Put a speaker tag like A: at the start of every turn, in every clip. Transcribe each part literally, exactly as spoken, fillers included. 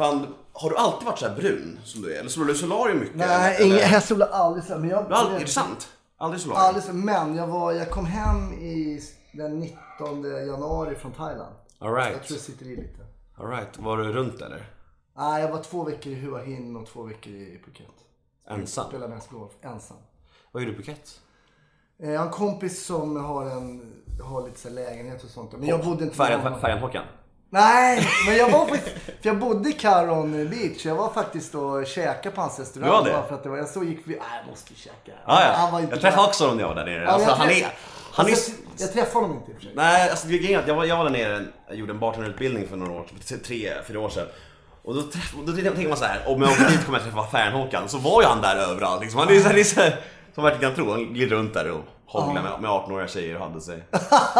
A: Fan, har du alltid varit så här brun som du är? Eller solar du solarium mycket?
B: Nej,
A: eller?
B: Ingen, jag solar aldrig så. Men jag,
A: All, är det sant? Aldrig solarium?
B: Aldrig så, men jag, var, jag kom hem i den nittonde januari från Thailand.
A: All right.
B: Jag tror jag sitter i lite.
A: All right. Var du runt eller?
B: Nej, jag var två veckor i Hua Hin och två veckor i Phuket.
A: Ensam?
B: Jag spelade mest golf, ensam.
A: Vad är du i Phuket?
B: Jag har en kompis som har, en, har lite så lägenhet och sånt. Men jag bodde inte
A: Färjan, färjan Håkan?
B: Nej, men jag var faktiskt, för jag bodde i Caron Beach. Jag var faktiskt och käkade på hans restaurang.
A: Du var det?
B: Bara för att det var, jag så gick vi, nej jag måste käka.
A: Ah, ja.
B: Han var inte
A: jag träffade
B: där.
A: också honom när jag var där nere.
B: Ja,
A: alltså,
B: jag,
A: han
B: träff...
A: är, han
B: alltså,
A: är...
B: jag träffade honom inte i och för sig.
A: Nej, alltså, jag, var, jag var där nere, jag gjorde en bartenderutbildning för några år, tre, fyra år sedan. Och då, träff, då tänker man så här, om jag åker dit kommer jag träffa Färjan Håkan. Så var ju han där överallt liksom. Han är så här, det är så här, som man kan tro, han glider runt där och hånglar med, med arton-åriga tjejer och hade sig.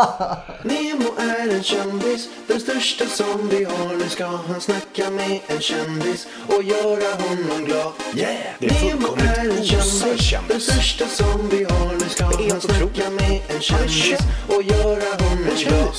C: Nemo är en kändis, den största som vi har. Nu ska han snacka med en kändis och göra honom glad. Yeah!
D: Det är
C: Nemo är en kändis, den största som vi har. Nu ska han snacka med en kändis och göra honom glad.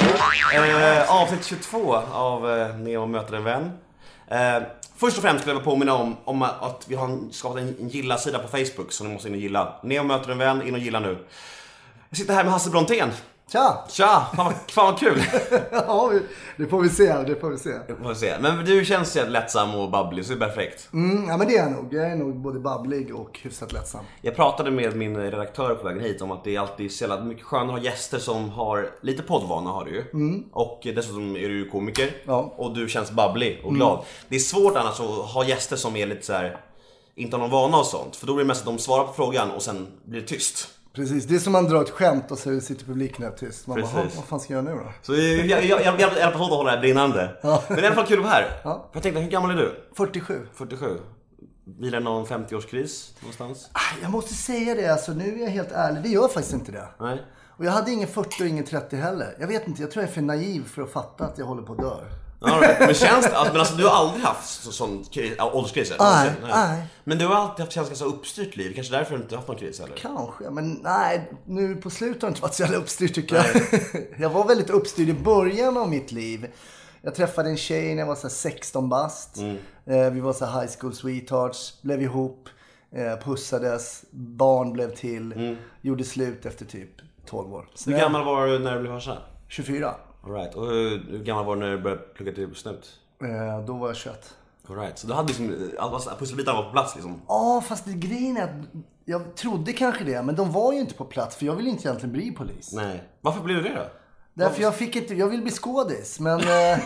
A: Yeah! Eh, avsnitt tjugotvå av eh, Nemo möter en vän. Eh, först och främst skulle jag påminna om, om att vi har skapat en, en gilla-sida på Facebook som ni måste in och gilla. Nemo möter en vän, in och gilla nu. Jag sitter här med Hasse Brontén.
B: Tja!
A: Tja, fan vad, fan vad kul.
B: Ja, det får vi se, det får vi se.
A: Det får vi se. Men du känns ju lättsam och babblig, så det är perfekt.
B: Mm, ja men det är jag nog. Jag är nog både babblig och hyfsat lättsam.
A: Jag pratade med min redaktör på vägen hit om att det är alltid så jävla mycket skönare att ha gäster som har lite poddvana, har du ju. Mm. Och dessutom är du ju komiker.
B: Ja.
A: Och du känns babblig och glad. Mm. Det är svårt annars att ha gäster som är lite så här, inte har någon vana och sånt. För då blir det mest att de svarar på frågan och sen blir det tyst.
B: Precis, det är som man drar ett skämt och så sitter publiken här tyst. Man
A: Precis.
B: bara, vad fan ska jag göra nu då?
A: Så jag, jag, jag, jag hjälper till att hålla det här brinnande.
B: Ja.
A: Men det är i alla fall kul att vara här.
B: Ja.
A: Jag tänkte, hur gammal är du?
B: fyrtiosju.
A: fyrtiosju. Blir det någon femtio-årskris någonstans?
B: Jag måste säga det, alltså nu är jag helt ärlig. Det gör faktiskt inte det.
A: Nej.
B: Och jag hade ingen fyrtio och ingen trettio heller. Jag vet inte, jag tror jag är för naiv för att fatta att jag håller på att dö.
A: Ja, men känns det, alltså, men alltså, du har aldrig haft så, sån kris, äh, ålderskris?
B: Nej, nej.
A: Men du har alltid haft ganska så uppstyrt liv. Kanske därför du inte haft någon kris eller?
B: Kanske, men nej, nu på slutet har det inte varit så jävla uppstyrt tycker jag. Jag var väldigt uppstyrd i början av mitt liv. Jag träffade en tjej när jag var så sexton bast. Mm. Eh, vi var så high school sweethearts, blev ihop, eh, pussades, barn blev till, mm. gjorde slut efter typ tolv år. Så
A: hur gammal var du när du blev farsa?
B: tjugofyra.
A: All right. Och hur, hur gammal var du när du började plugga till snut?
B: Eh, då var jag tjugoett.
A: All right. Så du hade liksom, pusselbitarna var på plats liksom?
B: Ja, fast det grejen är att jag trodde kanske det, men de var ju inte på plats för jag ville inte egentligen bli polis.
A: Nej. Varför blev du det då?
B: Därför jag fick inte, jag vill bli skådis, men... Eh,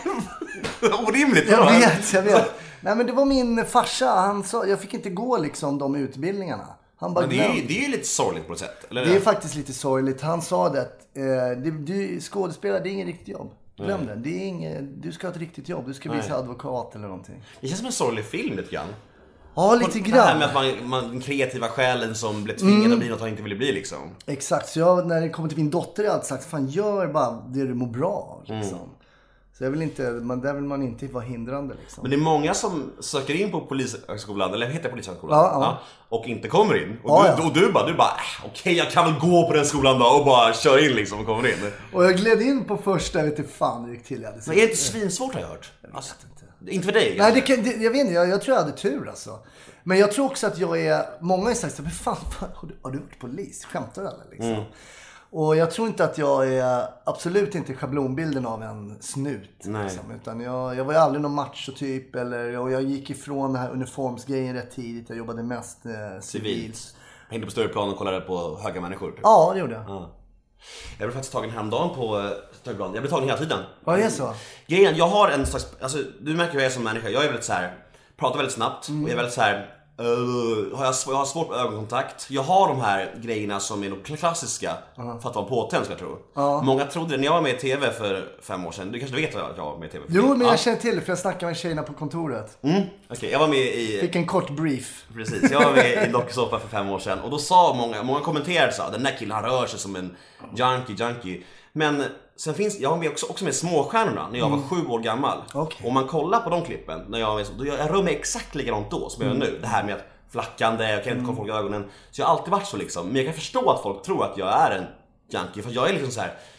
A: orimligt!
B: Jag vet, jag vet. Nej, men det var min farsa, han sa, jag fick inte gå liksom de utbildningarna. Han bara,
A: men det är, ju, det är ju lite sorgligt på ett sätt, eller?
B: Det är faktiskt lite sorgligt. Han sa det att eh, du, du, skådespelare, det är inget riktigt jobb. Glöm det. Det är inget, du ska ha ett riktigt jobb. Du ska bli advokat eller någonting.
A: Det känns som en sorglig film lite grann.
B: Ja, lite grann.
A: Det här med att man, man den kreativa själen som blev tvingad mm. att bli något han inte ville bli liksom.
B: Exakt, så jag, när det kommer till min dotter har jag alltid sagt, fan gör bara det du mår bra liksom. Mm. Så jag vill inte, man, där vill man inte vara hindrande liksom.
A: Men det är många som söker in på polishögskolan, eller heter polishögskolan,
B: ja, ja.
A: Ja, och inte kommer in. Och,
B: ja,
A: du,
B: ja.
A: och du bara, du bara äh, okej okay, jag kan väl gå på den skolan då och bara köra in liksom och kommer in.
B: Och jag gled in på första, jag vet inte fan det gick till. Jag
A: men är det inte svinsvårt har jag hört?
B: Jag vet
A: alltså,
B: inte.
A: Inte för dig?
B: Nej, det kan, det, jag vet inte, jag, jag tror jag hade tur alltså. Men jag tror också att jag är, många har sagt, men fan, fan har, du, har du varit polis? Skämtar du eller liksom? Mm. Och jag tror inte att jag är absolut inte schablonbilden av en snut. Liksom, utan jag, jag var ju aldrig någon machotyp. Eller, och jag gick ifrån den här uniformsgrejen rätt tidigt. Jag jobbade mest eh, civilt.
A: Hängde på större plan och kollade på höga människor. Typ.
B: Ja, det gjorde jag. Ja.
A: Jag blev faktiskt tagen häromdagen på Störbland. Jag blev tagen hela tiden.
B: Ja, det är så.
A: Grejen, jag har en slags, alltså, du märker hur jag är som människa. Jag är väldigt så här, pratar väldigt snabbt. Mm. Och jag är väldigt så här. Uh, har jag, jag har svårt med ögonkontakt. Jag har de här grejerna som är nog klassiska uh-huh. för att vara påtänd, ska jag tro. Uh-huh. Många trodde det när jag var med i tv för fem år sedan. Du kanske vet att jag var med i tv för
B: Jo, men jag
A: ja.
B: känner till det för jag snackade med tjejerna på kontoret.
A: Mm. Okej, okay, jag var med i...
B: Fick en kort brief.
A: Precis, jag var med i dokusåpa för fem år sedan. Och då sa många, många kommenterade så den där killen han rör sig som en junkie, junkie. Men sen finns, jag var med också, också med småstjärnorna när jag mm. var sju år gammal. Okay. Och man kollar på de klippen, när jag var med, då jag, jag rör mig exakt likadant då som jag mm. gör nu. Det här med att flackande, jag kan inte komma folk i ögonen. Så jag har alltid varit så liksom. Men jag kan förstå att folk tror att jag är en junkie. För jag är liksom så här.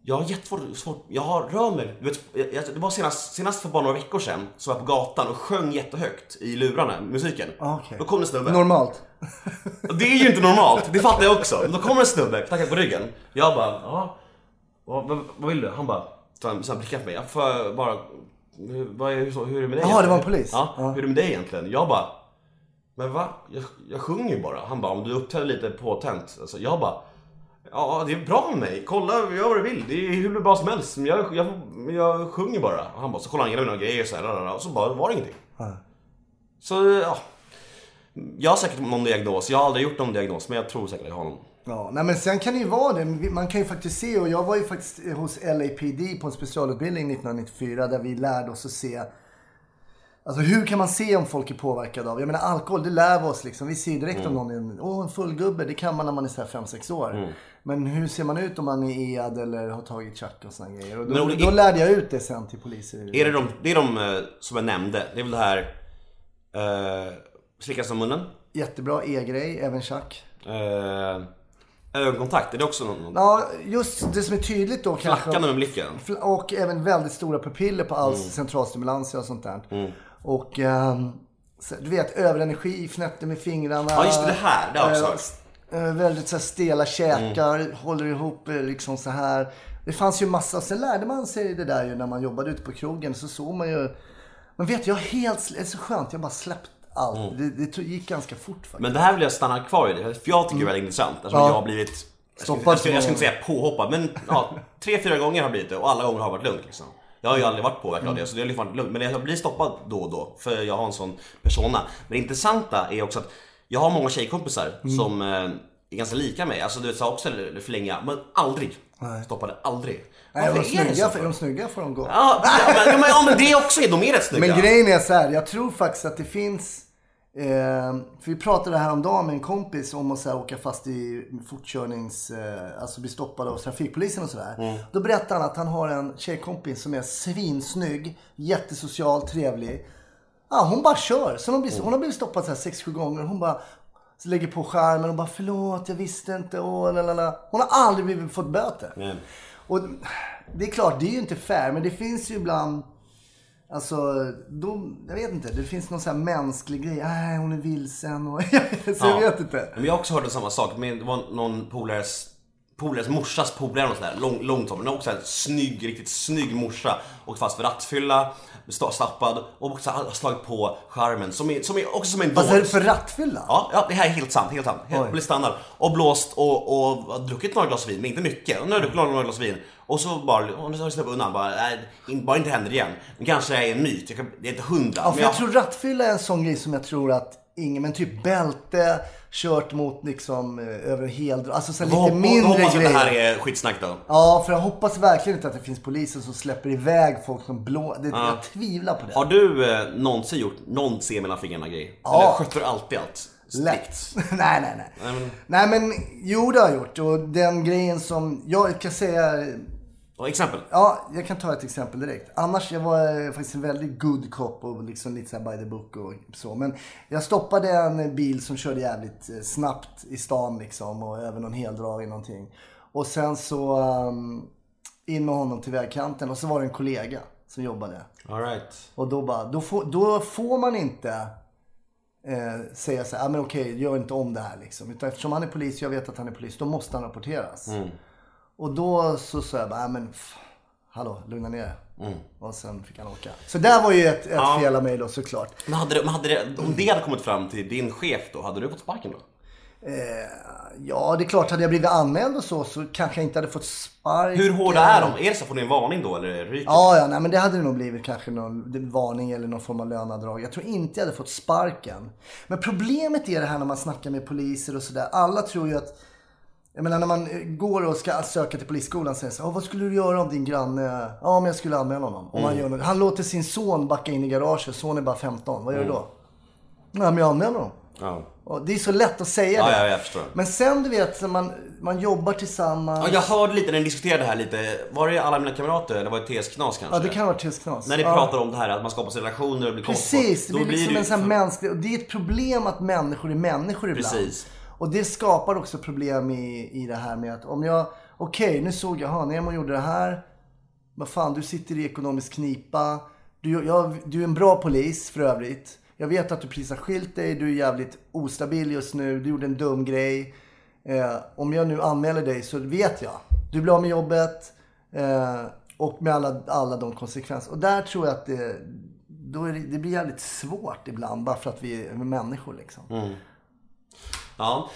A: Jag har jättesvårt, svårt, jag har rör mig, du vet, jag, det var senast, senast för bara några veckor sedan så var jag på gatan och sjöng jättehögt i lurarna, musiken.
B: Okay.
A: Då kom det snubbe.
B: Normalt.
A: Det är ju inte normalt, det fattar jag också. Då kommer en snubbe, knackar på ryggen. Jag bara, ja, vad, vad, vad vill du? Han bara, så han, så han blickar på mig. Jag får bara, vad är, hur, hur är det med dig?
B: Jaha, det var en polis?
A: Ja, ja, hur är det med dig egentligen? Jag bara, men va? Jag, jag sjunger ju bara. Han bara, om du uppträder lite påtänt. Alltså, jag bara, ja, det är bra med mig. Kolla, gör vad du vill. Det är hur bra som helst. Jag, jag, jag sjunger bara. Och han bara, så kollar han igenom några grejer och så här, och så bara, var det ingenting. Mm. Så, ja. Jag har säkert någon diagnos. Jag har aldrig gjort någon diagnos, men jag tror säkert att jag har någon.
B: Ja, nej, men sen kan det ju vara det. Man kan ju faktiskt se, och jag var ju faktiskt hos L A P D på en specialutbildning nittonhundranittiofyra där vi lärde oss att se, alltså hur kan man se om folk är påverkade av, jag menar alkohol, det lär vi oss liksom. Vi ser direkt mm. om någon är en, åh, en full gubbe, det kan man när man är så här fem sex år. Mm. Men hur ser man ut om man är ead eller har tagit tjack och såna grejer? Och då, då lärde jag ut det sen till poliser.
A: Är det de, det är de som jag nämnde, det är väl det här uh, slickas om munnen?
B: Jättebra e-grej, även tjack.
A: Uh, ögonkontakt, är det också någon?
B: Ja, just det som är tydligt då
A: kanske. Flackande med blicken.
B: Och även väldigt stora pupiller på all mm. centralstimulanser och sånt där. Mm. Och um, du vet, överenergi, fnätter med fingrarna.
A: Ja, just det, det här, det har jag också.
B: Äh, väldigt så här stela käkar, mm. håller ihop liksom så här. Det fanns ju massa, sen lärde man sig det där ju när man jobbade ute på krogen, så såg man ju. Men vet jag helt, det är så skönt, jag bara släppt allt. Mm. Det, det gick ganska fort faktiskt.
A: Men det här vill jag stanna kvar i det, för jag tycker det är väldigt intressant. Alltså ja. Jag har blivit, jag ska, jag, ska, jag ska inte säga påhoppad, men ja, tre, fyra gånger har blivit det, och alla gånger har varit lugnt liksom. Jag har ju aldrig varit påverkad av det, så det är liksom lugnt. Men jag blir stoppad då och då, för jag har en sån persona. Men det intressanta är också att jag har många tjejkompisar mm. som eh, är ganska lika mig. Alltså du vet, så också förlänga, men aldrig. Nej. Stoppade aldrig.
B: Nej, de, snygga, för, de snygga får de gå.
A: Ja, ja, men, ja, men det är också, de är rätt snygga.
B: Men grejen är så här, jag tror faktiskt att det finns eh, för vi pratade här om dagen med en kompis om att så här, åka fast i fortkörnings eh, alltså bli stoppad av trafikpolisen och sådär. Mm. Då berättar han att han har en tjejkompis som är svinsnygg, jättesocial, trevlig. Ja, hon bara kör. Så hon, blir, mm. hon har blivit stoppad så här sex sju gånger. Hon bara lägger på skärmen och bara, förlåt, jag visste inte. Åh, lalala. Hon har aldrig blivit fått böter. Mm. Och det är klart, det är ju inte fair, men det finns ju ibland, alltså, de, jag vet inte, det finns någon sån här mänsklig grej. Nej, hon är vilsen och så jag
A: ja.
B: vet inte.
A: Men jag har också hört en samma sak, men det var någon polares polares morsas polare och sådär, lång, långt som, men också en snygg, riktigt snygg morsa, och fast för rattfylla, stappad och också har slagit på skärmen som är, som är också som en
B: vad är det för rattfylla?
A: Ja, ja, det här är helt sant, helt sant. Helt blir standard. Och blåst och, och, och druckit några glas vin, men inte mycket. Och nu har du druckit några glas vin. Och så bara, och nu har jag släppt undan, bara, nej, bara inte händer igen. Men kanske är en myt, jag kan, det är inte hundra.
B: Ja, för jag, jag tror rattfylla är en sån grej som jag tror att ingen, men typ bälte, kört mot liksom över hel, alltså så lite
A: Hopp,
B: mindre
A: grejer.
B: Hoppas att
A: det här är skitsnack då.
B: Ja, för jag hoppas verkligen inte att det finns poliser som släpper iväg folk som blå, det, ja. Jag tvivlar på det.
A: Har du eh, någonsin gjort någon se mellan fingrarna grej? Ja. Eller sköter du alltid allt?
B: Lätt. nej, nej, nej. Nej men... nej, men jo, det har jag gjort. Och den grejen som jag kan säga...
A: Och exempel?
B: Ja, jag kan ta ett exempel direkt. Annars, jag var faktiskt en väldigt good cop och liksom lite så här by the book och så. Men jag stoppade en bil som körde jävligt snabbt i stan liksom, och över någon heldrag i någonting. Och sen så um, in med honom till vägkanten, och så var det en kollega som jobbade.
A: All right.
B: Och då bara, då får, då får man inte eh, säga så här, ah, men okej, gör inte om det här liksom. Utan eftersom han är polis, jag vet att han är polis, då måste han rapporteras. Mm. Och då så sa jag bara, ah, men f- hallå, lugna ner. Mm. Och sen fick han åka. Så där var ju ett, ett ja. fel av mig då, såklart.
A: Men, hade det, men hade det, om det hade kommit fram till din chef då, hade du fått sparken då?
B: Eh, ja, det är klart, hade jag blivit anmäld och så, så kanske jag inte hade fått sparken.
A: Hur hårda är de? Är det så, får ni en varning då, eller ryker?
B: Ja, ja, nej, men det hade nog blivit kanske någon varning eller någon form av lönadrag. Jag tror inte jag hade fått sparken. Men problemet är det här när man snackar med poliser och sådär. Alla tror ju att, jag menar, när man går och ska söka till polisskolan, säger så, oh, vad skulle du göra om din granne? Ja, men jag skulle anmäla honom. Mm. Man gör något. Han låter sin son backa in i garaget, son är bara femton. Vad gör mm. du då? Nej, men jag anmäler honom. Ja. Och det är så lätt att säga
A: ja,
B: det.
A: Ja, jag förstår.
B: Men sen, du vet, när man, man jobbar tillsammans.
A: Ja, jag hörde lite när ni diskuterade det här lite. Var det Alla mina kamrater, eller var det T S-knas kanske?
B: Ja, det kan vara T S-knas.
A: När ni
B: ja.
A: pratar om det här att man skapar relationer och blir
B: precis, det blir liksom blir en sån här mänsklig. Och det är ett problem att människor är människor ibland.
A: Precis.
B: Och det skapar också problem i, i det här med att om jag, okej, okay, nu såg jag, ha, Nemo gjorde det här. Vad fan, du sitter i ekonomisk knipa. Du, jag, du är en bra polis för övrigt. Jag vet att du precis har skilt dig. Du är jävligt ostabil just nu. Du gjorde en dum grej. Eh, om jag nu anmäler dig så vet jag. Du blir av med jobbet. Eh, och med alla, alla de konsekvenser. Och där tror jag att det, då är det, det blir jävligt svårt ibland. Bara för att vi är människor liksom.
A: Mm. Ja.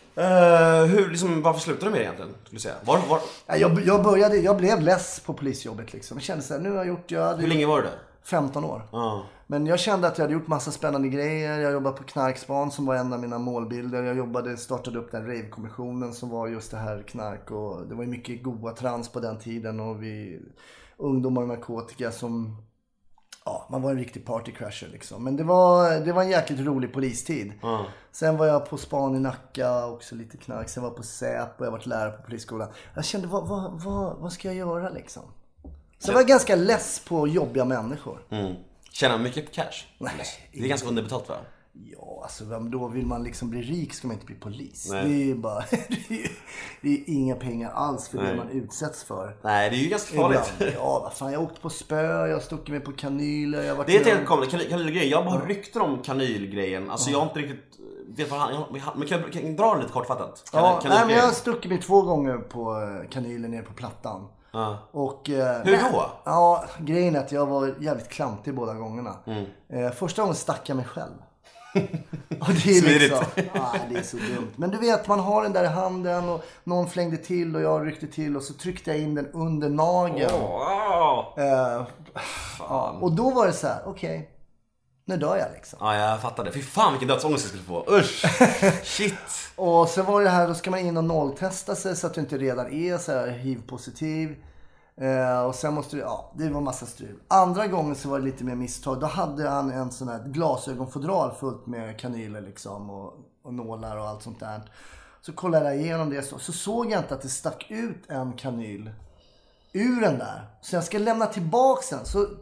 A: Uh, hur, liksom, varför slutade du med det egentligen? Skulle säga? Var, var...
B: Jag, jag började, jag blev less på polisjobbet liksom. Jag kände så här, nu har jag gjort... Jag
A: hur länge var det?
B: femton år.
A: Uh.
B: Men jag kände att jag hade gjort massa spännande grejer. Jag jobbade på Knarkspan som var en av mina målbilder. Jag jobbade, startade upp den rave-kommissionen som var just det här knark. Och det var mycket goda trans på den tiden. Och vi ungdomar och narkotika som... Ja, man var en riktig partycrasher liksom. Men det var, det var en jäkligt rolig polistid. Mm. Sen var jag på span i Nacka, också lite knark. Sen var jag på Säp och jag var lärare på polisskolan. Jag kände, vad, vad, vad, vad ska jag göra liksom? Så jag var ganska less på jobbiga människor.
A: Mm. Tjänar mycket cash?
B: Nej.
A: Det är ganska underbetalt, va?
B: Ja, alltså då vill man liksom bli rik ska man inte bli polis.
A: Nej.
B: Det är bara det är, det är inga pengar alls för Nej. det man utsätts för.
A: Nej, det är ju ganska farligt.
B: Ibland. Ja, vad fan, jag åkte på spö, jag stuckit mig på kanyler. Jag var
A: det är ett helt kommande kanylgrej. Jag har bara rykten om kanylgrejen. Alltså jag har inte riktigt vet vad han, men kan jag dra det lite kortfattat? Kan,
B: ja,
A: kan
B: nej, men jag har stuckit mig två gånger på kanylen nere på plattan.
A: Uh.
B: Och, eh,
A: hur
B: men,
A: då?
B: Ja, grejen är att jag var jävligt klantig båda gångerna.
A: Mm.
B: Eh, första gången stack jag mig själv. Och det är liksom, ah, det är så dumt. Men du vet, man har den där i handen och någon flängde till och jag ryckte till och så tryckte jag in den under nageln.
A: Oh, wow.
B: eh, ja, och då var det så här, okej, okay, nu dör jag liksom.
A: Ja, jag fattar det. Fy fan vilken dödsångest jag skulle få. Usch. Shit.
B: Och så var det här, då ska man in och nolltesta sig så att du inte redan är så här H I V-positiv. Eh, och sen måste du, ja, det var massa strul. Andra gången så var det lite mer misstag. Då hade han en sån här glasögonfodral fullt med kanyler liksom och, och nålar och allt sånt där. Så kollade jag igenom det så, så såg jag inte att det stack ut en kanyl ur den där. Så jag ska lämna tillbaka den. Så,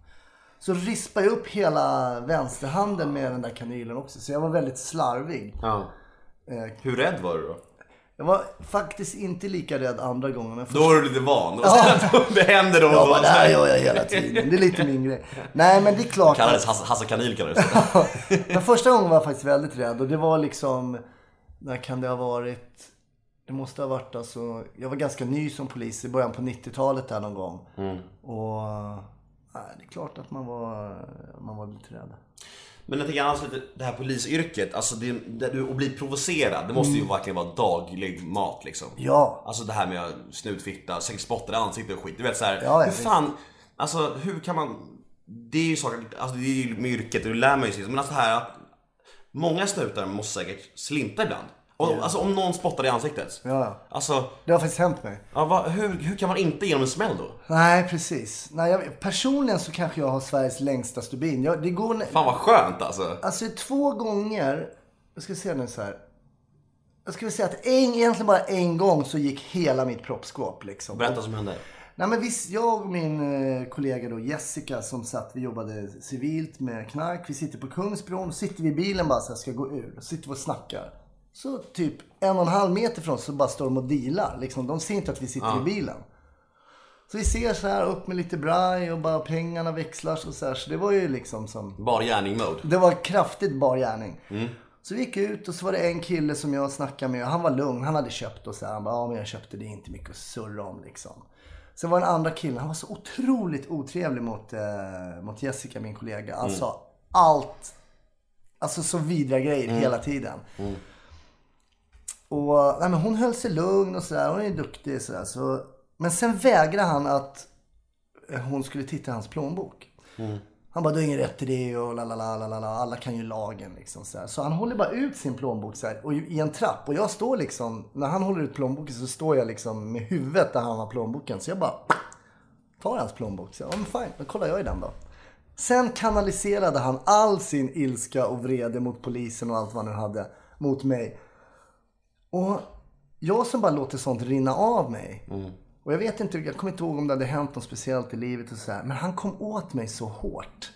B: så rispade jag upp hela vänsterhanden med den där kanylen också. Så jag var väldigt slarvig.
A: Ja.
B: Eh,
A: Hur rädd var du då?
B: Jag var faktiskt inte lika rädd andra gången. Men
A: först... Då är du lite van. Ja. Det händer då.
B: Ja, men det här gör jag hela tiden. Det är lite min grej. Nej, men det är klart.
A: Kallades Hasse, Hasse Kanyl kallades
B: det. Men första gången var jag faktiskt väldigt rädd. Och det var liksom, när kan det ha varit? Det måste ha varit alltså, jag var ganska ny som polis i början på nittiotalet där någon gång.
A: Mm.
B: Och nej, det är klart att man var, man var lite rädd.
A: Men jag tänker annars lite, det här polisyrket, alltså det, det, du, att bli provocerad, det måste ju mm. verkligen vara daglig mat liksom.
B: Ja.
A: Alltså det här med snutfitta, sex spotter i ansiktet och skit. Du vet så här,
B: ja,
A: hur fan, alltså hur kan man, det är ju saker, alltså det är ju med yrket, du lär mig ju, men alltså här, många snutar måste säkert slinta ibland. Och, yeah. Alltså om någon spottar i ansiktet.
B: Ja.
A: Alltså,
B: det har faktiskt hänt mig.
A: Ja, va, hur, hur kan man inte ge dem en smäll då?
B: Nej, precis. Nej, jag, personligen så kanske jag har Sveriges längsta stubin. Jag, det går...
A: Fan vad skönt alltså.
B: Alltså två gånger... Jag ska se nu så här. Jag skulle säga att en, egentligen bara en gång så gick hela mitt proppskåp liksom.
A: Berätta vad som hände.
B: Nej, men visst, jag och min eh, kollega då, Jessica, som satt, vi jobbade civilt med knark. Vi sitter på Kungsbron, sitter vi i bilen bara så här, ska gå ur. Och sitter vi och snackar. Så typ en och en halv meter från så bara står de och dealar. Liksom, de ser inte att vi sitter ja. i bilen. Så vi ser så här upp med lite braj och bara pengarna växlar så, så här. Så det var ju liksom som...
A: Bar gärning mode.
B: Det var kraftigt bar gärning.
A: Mm.
B: Så vi gick ut och så var det en kille som jag snackade med. Han var lugn, han hade köpt och så här. Han bara, ja men jag köpte det, inte mycket att surra om liksom. Sen var en andra kille, han var så otroligt otrevlig mot, eh, mot Jessica, min kollega. Alltså mm. allt, alltså så vidriga grejer mm. hela tiden.
A: Mm.
B: Och nej, men hon höll sig lugn och sådär. Hon är duktig sådär. Så, men sen vägrade han att hon skulle titta i hans plånbok.
A: Mm.
B: Han bara, du har ingen rätt till det och lalala. Alla kan ju lagen liksom sådär. Så han håller bara ut sin plånbok såhär, och i en trapp. Och jag står liksom, när han håller ut plånboken så står jag liksom med huvudet där han har plånboken. Så jag bara tar hans plånbok. Så jag, ja men fine, då kollar jag i den då. Sen kanaliserade han all sin ilska och vrede mot polisen och allt vad han nu hade mot mig. Och jag som bara låter sånt rinna av mig.
A: Mm.
B: Och jag vet inte, jag kommer inte ihåg om det hade hänt något speciellt i livet och så här. Men han kom åt mig så hårt.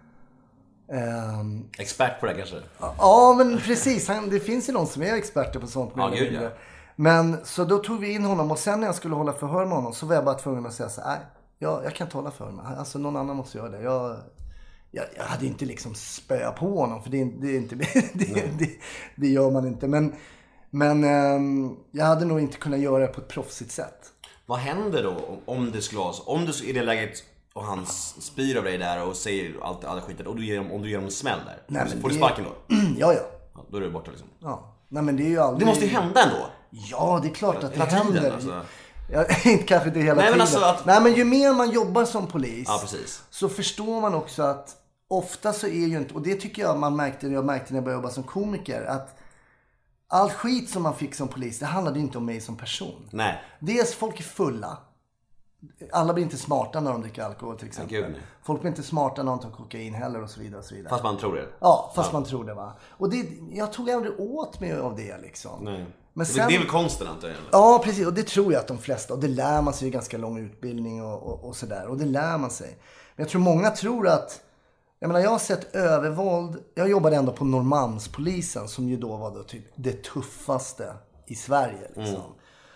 B: Um,
A: expert på det kanske?
B: Ja, men precis. Han, det finns ju någon som är experter på sånt.
A: Ja, gud, ja.
B: Men så då tog vi in honom och sen när jag skulle hålla förhör med honom så var jag bara tvungen att säga så här, nej, jag, jag kan inte hålla förhör med. Alltså någon annan måste göra det. Jag, jag, jag hade inte liksom spöa på honom för det, det, är inte, det, det, det gör man inte. Men, men um, jag hade nog inte kunnat göra det på ett proffsigt sätt.
A: Vad händer då om det skulle vara så? Om du i det läget och han spyr av dig där och säger allt, alla skiter och du ger, om du ger dem en smäll där. Nej, får du sparken då?
B: Ja, ja.
A: Ja, då är du borta liksom.
B: Ja. Nej, men det är ju aldrig...
A: Det måste ju hända ändå.
B: Ja, det är klart att det
A: hela
B: händer.
A: Tiden, alltså.
B: Ja, inte kanske det hela
A: Nej,
B: tiden.
A: Men alltså att...
B: Nej, men ju mer man jobbar som polis
A: ja, precis.
B: så förstår man också att ofta så är ju inte... Och det tycker jag man märkte, jag märkte när jag började jobba som komiker. Att all skit som man fick som polis, det handlade inte om mig som person.
A: Nej.
B: Dels folk är fulla. Alla blir inte smarta när de dricker alkohol till exempel.
A: Gud,
B: folk blir inte smarta när de tar kokain heller och så vidare och så vidare.
A: Fast man tror det.
B: Ja, fast ja. man tror det va. Och det, jag tog aldrig åt mig av det liksom.
A: Nej.
B: Men
A: sen,
B: sen,
A: det är väl konsten antagligen?
B: Ja, precis. Och det tror jag att de flesta. Och det lär man sig i ganska lång utbildning och, och, och sådär. Och det lär man sig. Men jag tror många tror att... Jag menar, jag har sett övervåld. Jag jobbade ändå på Norrmalmspolisen som ju då var då typ det tuffaste i Sverige liksom. Mm.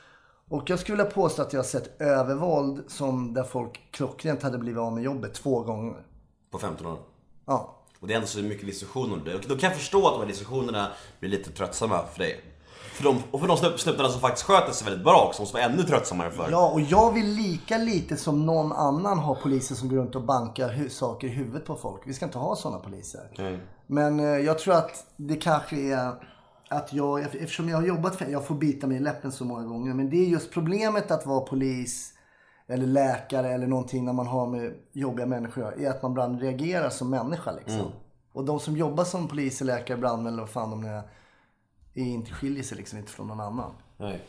B: Och jag skulle vilja påstå att jag har sett övervåld som där folk klockrent hade blivit av med jobbet två gånger.
A: På femton år?
B: Ja.
A: Och det är ändå så mycket diskussioner om det. Och då kan jag förstå att de här diskussionerna blir lite tröttsamma för dig. För de, och för de snuttarna som faktiskt sköter sig väldigt bra också, som var ännu tröttsammare för.
B: Ja, och jag vill lika lite som någon annan ha poliser som går runt och bankar hu- saker i huvudet på folk. Vi ska inte ha sådana poliser. Mm. Men eh, jag tror att det kanske är... Att jag, eftersom jag har jobbat för, jag får bita mig i läppen så många gånger. Men det är just problemet att vara polis eller läkare eller någonting när man har med jobbiga människor är att man ibland reagerar som människa liksom. Mm. Och de som jobbar som polis, läkare, brandmän eller vad fan de är, är inte skiljer sig liksom inte från någon annan. Nej.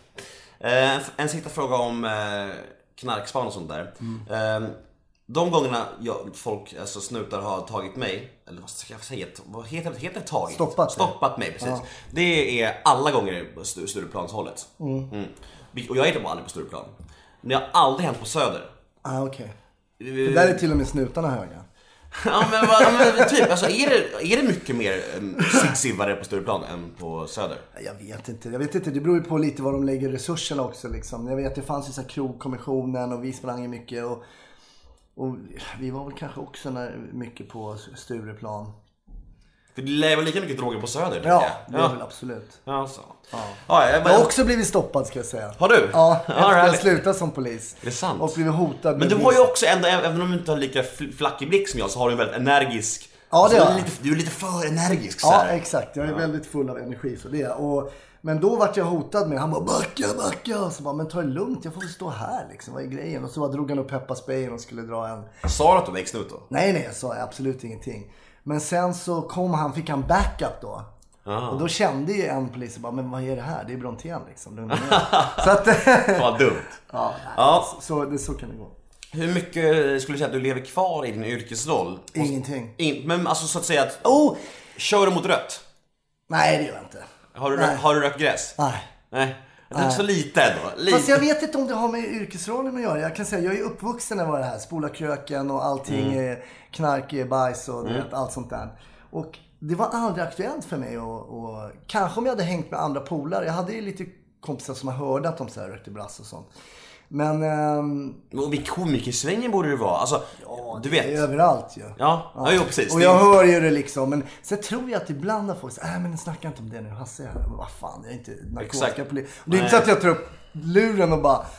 A: Eh, en sista fråga om eh, knarkspan och sånt där. Mm. Eh, de gångerna jag, folk, alltså snutar har tagit mig, eller vad ska jag säga, vad heter det, heter det tagit?
B: Stoppat,
A: Stoppat mig, precis. Ja. Det är alla gånger på Stureplanshållet. Mm. Mm. Och jag är inte bara aldrig på Stureplan. Men det har aldrig hänt på Söder.
B: Ah, okej. Okay. För där är till och med snutarna höga.
A: Ja, men, men typ, alltså är det, är det mycket mer um, siggsivare på Stureplan än på Söder?
B: Jag vet inte, jag vet inte, det beror ju på lite var de lägger resurserna också liksom. Jag vet, det fanns ju så här krogkommissionen och vi sprang ju mycket och Och vi var väl kanske också när, mycket på Stureplan.
A: För det lever lika mycket droger på Söder.
B: Ja, det är ja. väl absolut.
A: Ja, så.
B: Ja.
A: Ja, jag,
B: jag har också blivit stoppad ska jag säga.
A: Har du?
B: Ja, efter att jag slutade som polis.
A: Det är sant.
B: Och blivit hotad.
A: Men du har ju också, ändå, även om du inte har lika flackig blick som jag, så har du en väldigt energisk...
B: Ja, det är
A: du, är lite, du är lite för energisk. Så
B: ja,
A: här.
B: exakt. Jag är ja. väldigt full av energi för det. Och... Men då vart jag hotad med, han bara backa, backa. Så bara, men ta det lugnt, jag får väl stå här liksom, vad är grejen? Och så bara drog han upp pepparsprayen och skulle dra en...
A: Sa du att du var exnut då?
B: Nej, nej, jag sa absolut ingenting. Men sen så kom han, fick han backup då. Aha. Och då kände ju en polis och bara, men vad är det här? Det är Brontén liksom. Så att...
A: Vad dumt.
B: Ja, nej, ja. Så, så, det, så kan det gå.
A: Hur mycket skulle du säga att du lever kvar i din yrkesroll?
B: Ingenting.
A: In, men alltså så att säga att...
B: Oh!
A: Kör du mot rött?
B: Nej, det gör jag inte.
A: Har du, rö- har du rökt gräs?
B: Nej.
A: Nej. Jag tycker så lite ändå. Lite.
B: Fast jag vet inte om det har med yrkesrollen att göra. Jag kan säga, jag är uppvuxen när det var det här. Spola kröken och allting mm. är knark, är bajs och mm. vet, allt sånt där. Och det var aldrig aktuellt för mig. Och, och, kanske om jag hade hängt med andra polare. Jag hade ju lite kompisar som har hört att de så här rökte brass och sånt. Men... Um...
A: Och vid komikersvängen borde det vara. Alltså,
B: ja,
A: du vet.
B: Det är överallt ju.
A: Ja, ja. ja jo, precis.
B: Och jag hör ju det liksom. Men sen tror jag att ibland har folk sagt, äh, men snacka inte om det nu, Hasse. Men vad fan, jag är inte narkotikapolis. Det är inte så att jag tar upp luren och bara...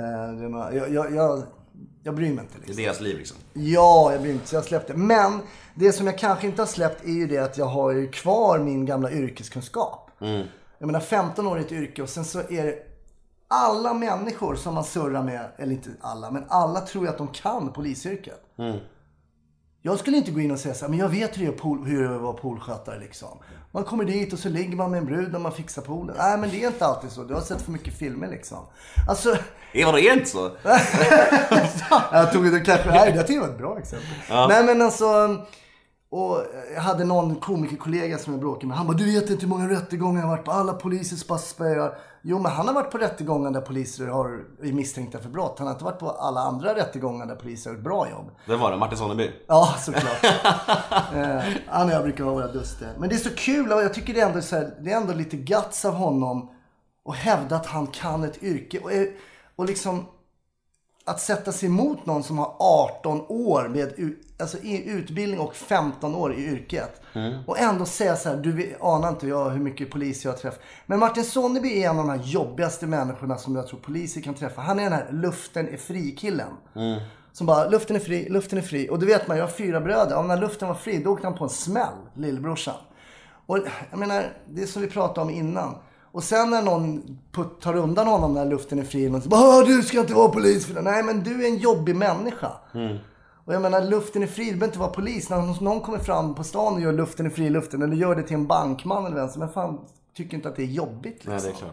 B: Eh, jag, jag, jag, jag bryr mig inte. Liksom.
A: Det är deras liv liksom.
B: Ja, jag bryr mig inte. Så jag släppte. Men det som jag kanske inte har släppt är ju det att jag har ju kvar min gamla yrkeskunskap. Mm. Jag menar femton år i ett yrke och sen så är det... Alla människor som man surrar med, eller inte alla, men alla tror ju att de kan polisyrket. Mm. Jag skulle inte gå in och säga så här, men jag vet hur det är, pol- hur det är att vara poolskötare liksom. Man kommer dit och så ligger man med en brud och man fixar poolen. Nej, men det är inte alltid så. Du har sett för mycket filmer liksom. Alltså...
A: Ja, det är inte så.
B: jag tog det kanske... Nej, det var ett bra exempel. Ja. Nej, men alltså... Och jag hade någon komikerkollega som jag bråkade med. Han bara, du vet inte hur många rättegångar jag har varit på. Alla poliser spasspöjar. Jo, men han har varit på rättegångar där poliser har, är misstänkta för brott. Han har inte varit på alla andra rättegångar där poliser har ett bra jobb.
A: Vem var det? Martin Sonneby?
B: Ja, såklart. eh, han och jag brukar vara våra duster. Men det är så kul och jag tycker det är ändå, så här, det är ändå lite guts av honom och hävda att han kan ett yrke. Och, och liksom att sätta sig emot någon som har arton år med alltså, utbildning och femton år i yrket. Mm. Och ändå säga så här, du anar inte jag hur mycket polis jag träffar. Men Martin Sonneby är en av de här jobbigaste människorna som jag tror poliser kan träffa. Han är den här luften är fri-killen. Mm. Som bara, luften är fri, luften är fri. Och du vet man, jag har fyra bröder. Om när luften var fri, då åkte han på en smäll, lillebrorsan. Och jag menar, det är som vi pratade om innan. Och sen när någon tar undan honom när luften är fri, och så bara, du ska inte vara polis för det. Nej, men du är en jobbig människa. Mm. Och jag menar, luften är fri, du behöver inte vara polis. När någon kommer fram på stan och gör luften är fri i luften, eller gör det till en bankman eller vem, men fan, tycker inte att det är jobbigt liksom.
A: Nej, det är klart.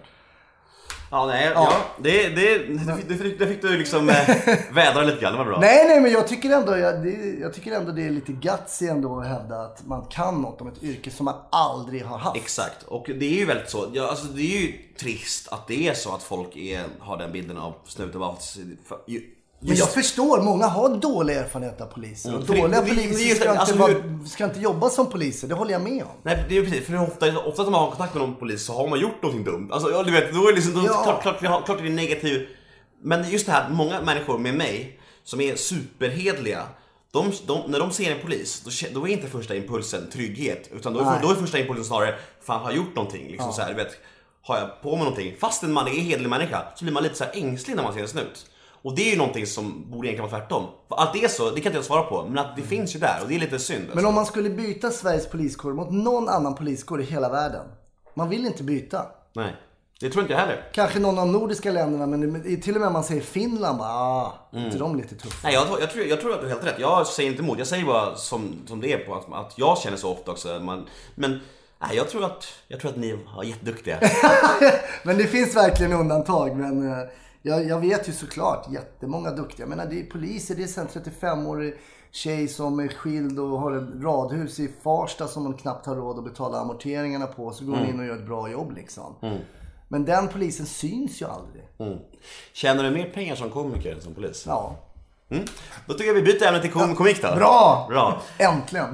A: Ja, nej, ja. ja det, det, det, det, det fick du liksom eh, vädra lite grann, det var bra.
B: Nej, nej, men jag tycker ändå jag, det, jag tycker ändå det är lite gutsy ändå att hävda att man kan något om ett yrke som man aldrig har haft.
A: Exakt, och det är ju väldigt så, ja, alltså det är ju trist att det är så att folk är, har den bilden av snuten.
B: Just... Men jag förstår, många har dåliga erfarenheter av poliser. Och mm, dåliga det, poliser ska, det, alltså, inte hur... vara, ska inte jobba som poliser, det håller jag med om.
A: Nej, det är precis, för ofta, ofta när man har kontakt med någon polis så har man gjort någonting dumt. Alltså, ja, du vet, då är det liksom, då, ja. klart, klart, klart, klart det är negativt. Men just det här, många människor med mig som är superhedliga, de, de, när de ser en polis, då, då är inte första impulsen trygghet. Utan då är, då är första impulsen snarare, fan har jag gjort någonting? Liksom, ja. Så här, du vet, har jag på mig någonting? Fastän man är hedlig människa så blir man lite så här ängslig när man ser en snut. Och det är ju någonting som borde egentligen vara tvärtom. För att det är så, det kan inte jag svara på. Men att det mm. finns ju där och det är lite synd. Alltså.
B: Men om man skulle byta Sveriges poliskår mot någon annan poliskår i hela världen. Man vill inte byta.
A: Nej, det tror inte jag heller.
B: Kanske någon av de nordiska länderna, men till och med man säger Finland, bara, ah, mm. inte de lite tuffa.
A: Nej, jag, jag, tror, jag tror att du är helt rätt. Jag säger inte emot, jag säger bara som, som det är på att, att jag känner så ofta också. Man, men nej, jag, tror att, jag tror att ni är jätteduktiga.
B: Men det finns verkligen undantag, men... Jag, jag vet ju såklart jättemånga duktiga. Jag menar, det är poliser, det är sen trettiofem-årig tjej som är skild och har ett radhus i Farsta som hon knappt har råd att betala amorteringarna på. Så går hon mm. in och gör ett bra jobb liksom. Mm. Men den polisen syns ju aldrig. Mm.
A: Tjänar du mer pengar som komiker än som polis?
B: Ja.
A: Mm. Då tycker jag vi byter ämne till kom- komik då.
B: Bra!
A: Bra.
B: Äntligen!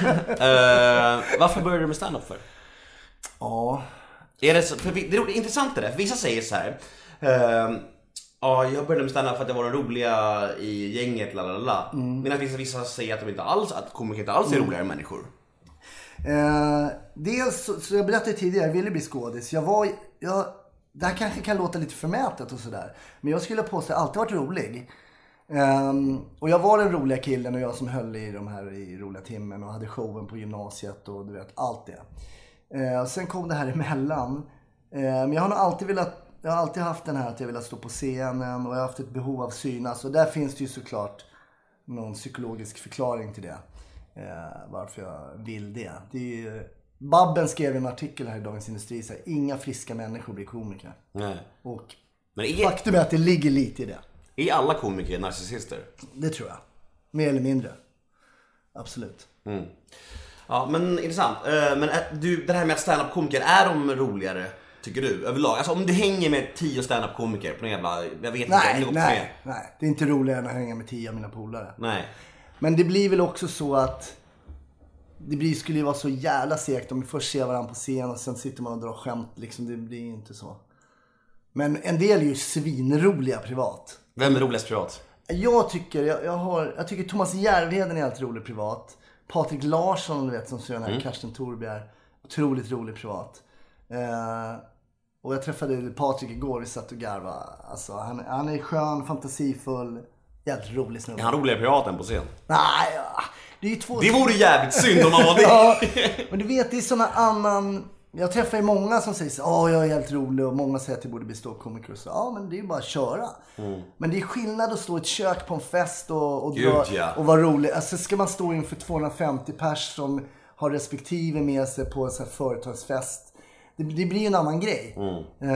A: uh, varför började du med stand-up för?
B: Ja.
A: Är det, så, för det är intressant det där. Vissa säger så här... Uh, Ja, jag började med stand-up för att jag var den roliga i gänget, lalala. Mm. Men att vissa, vissa säger att de inte alls, att komiker inte alls är mm. roligare människor.
B: Eh, dels, så, så jag berättade tidigare, jag ville bli skådis. Jag var, jag, det här kanske kan låta lite förmätet och sådär. Men jag skulle påstå att jag alltid varit rolig. Eh, och jag var den roliga killen och jag som höll i de här i roliga timmen och hade showen på gymnasiet och du vet, allt det. Eh, sen kom det här emellan. Eh, men jag har nog alltid velat Jag har alltid haft den här att jag vill stå på scenen och jag har haft ett behov av synas. Och där finns det ju såklart någon psykologisk förklaring till det. Eh, varför jag vill det. det är ju, Babben skrev en artikel här i Dagens Industri. Så här, inga friska människor blir komiker. Nej. Och men är, faktum är att det ligger lite i det.
A: Är alla komiker narcissister?
B: Det tror jag. Mer eller mindre. Absolut. Mm.
A: Ja, men intressant. Uh, men är, du, det här med att stand-up-komiker, är de roligare? Tycker du, överlag? Alltså om du hänger med tio stand-up-komiker på en jävla... Jag vet
B: nej,
A: inte.
B: Nej, nej. Det är inte roligare än att hänga med tio av mina polare.
A: Nej.
B: Men det blir väl också så att... Det blir, skulle ju vara så jävla segt om vi först ser varandra på scen och sen sitter man och drar skämt. Liksom, det blir inte så. Men en del är ju svinroliga privat.
A: Vem är roligast privat?
B: Jag tycker, jag, jag har, jag tycker Thomas Järvheden är alltid rolig privat. Patrik Larsson, du vet, som ser den här mm. Karsten Torbjer. Otroligt rolig privat. Eh, och jag träffade Patrik igår, vi satt och garva. Alltså, han, han är skön, fantasifull, jävligt rolig snubbe.
A: Är han roligare privat än på scen?
B: Nej, det är ju två...
A: Det vore jävligt synd om man var det.
B: Ja, men du vet, det är såna annan... Jag träffar ju många som säger så, ja, jag är helt rolig, och många säger att jag borde bli ståkomiker. Så ja, men det är ju bara att köra. Mm. Men det är skillnad att stå i ett kök på en fest och, och,
A: Gud,
B: dra,
A: ja.
B: och vara rolig. Alltså ska man stå inför tvåhundrafemtio pers som har respektive med sig på en sån här företagsfest. Det, det blir en annan grej. Mm.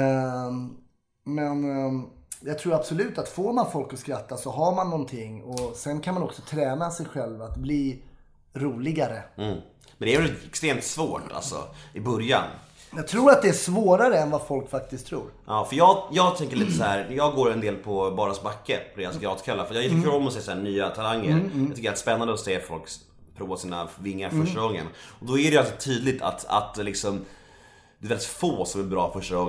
B: Um, men um, jag tror absolut att får man folk att skratta så har man någonting. Och sen kan man också träna sig själv att bli roligare.
A: Mm. Men det är väl extremt svårt alltså, i början.
B: Jag tror att det är svårare än vad folk faktiskt tror.
A: Ja, för jag, jag tänker lite så här. Jag går en del på Baras backe på deras gratkvällar. För jag tycker mm. om att se så här nya talanger. Mm, mm. Jag tycker att det är spännande att se folk prova sina vingar första mm. gången. Och då är det alltså tydligt att, att liksom, det är väldigt få som är bra första gången.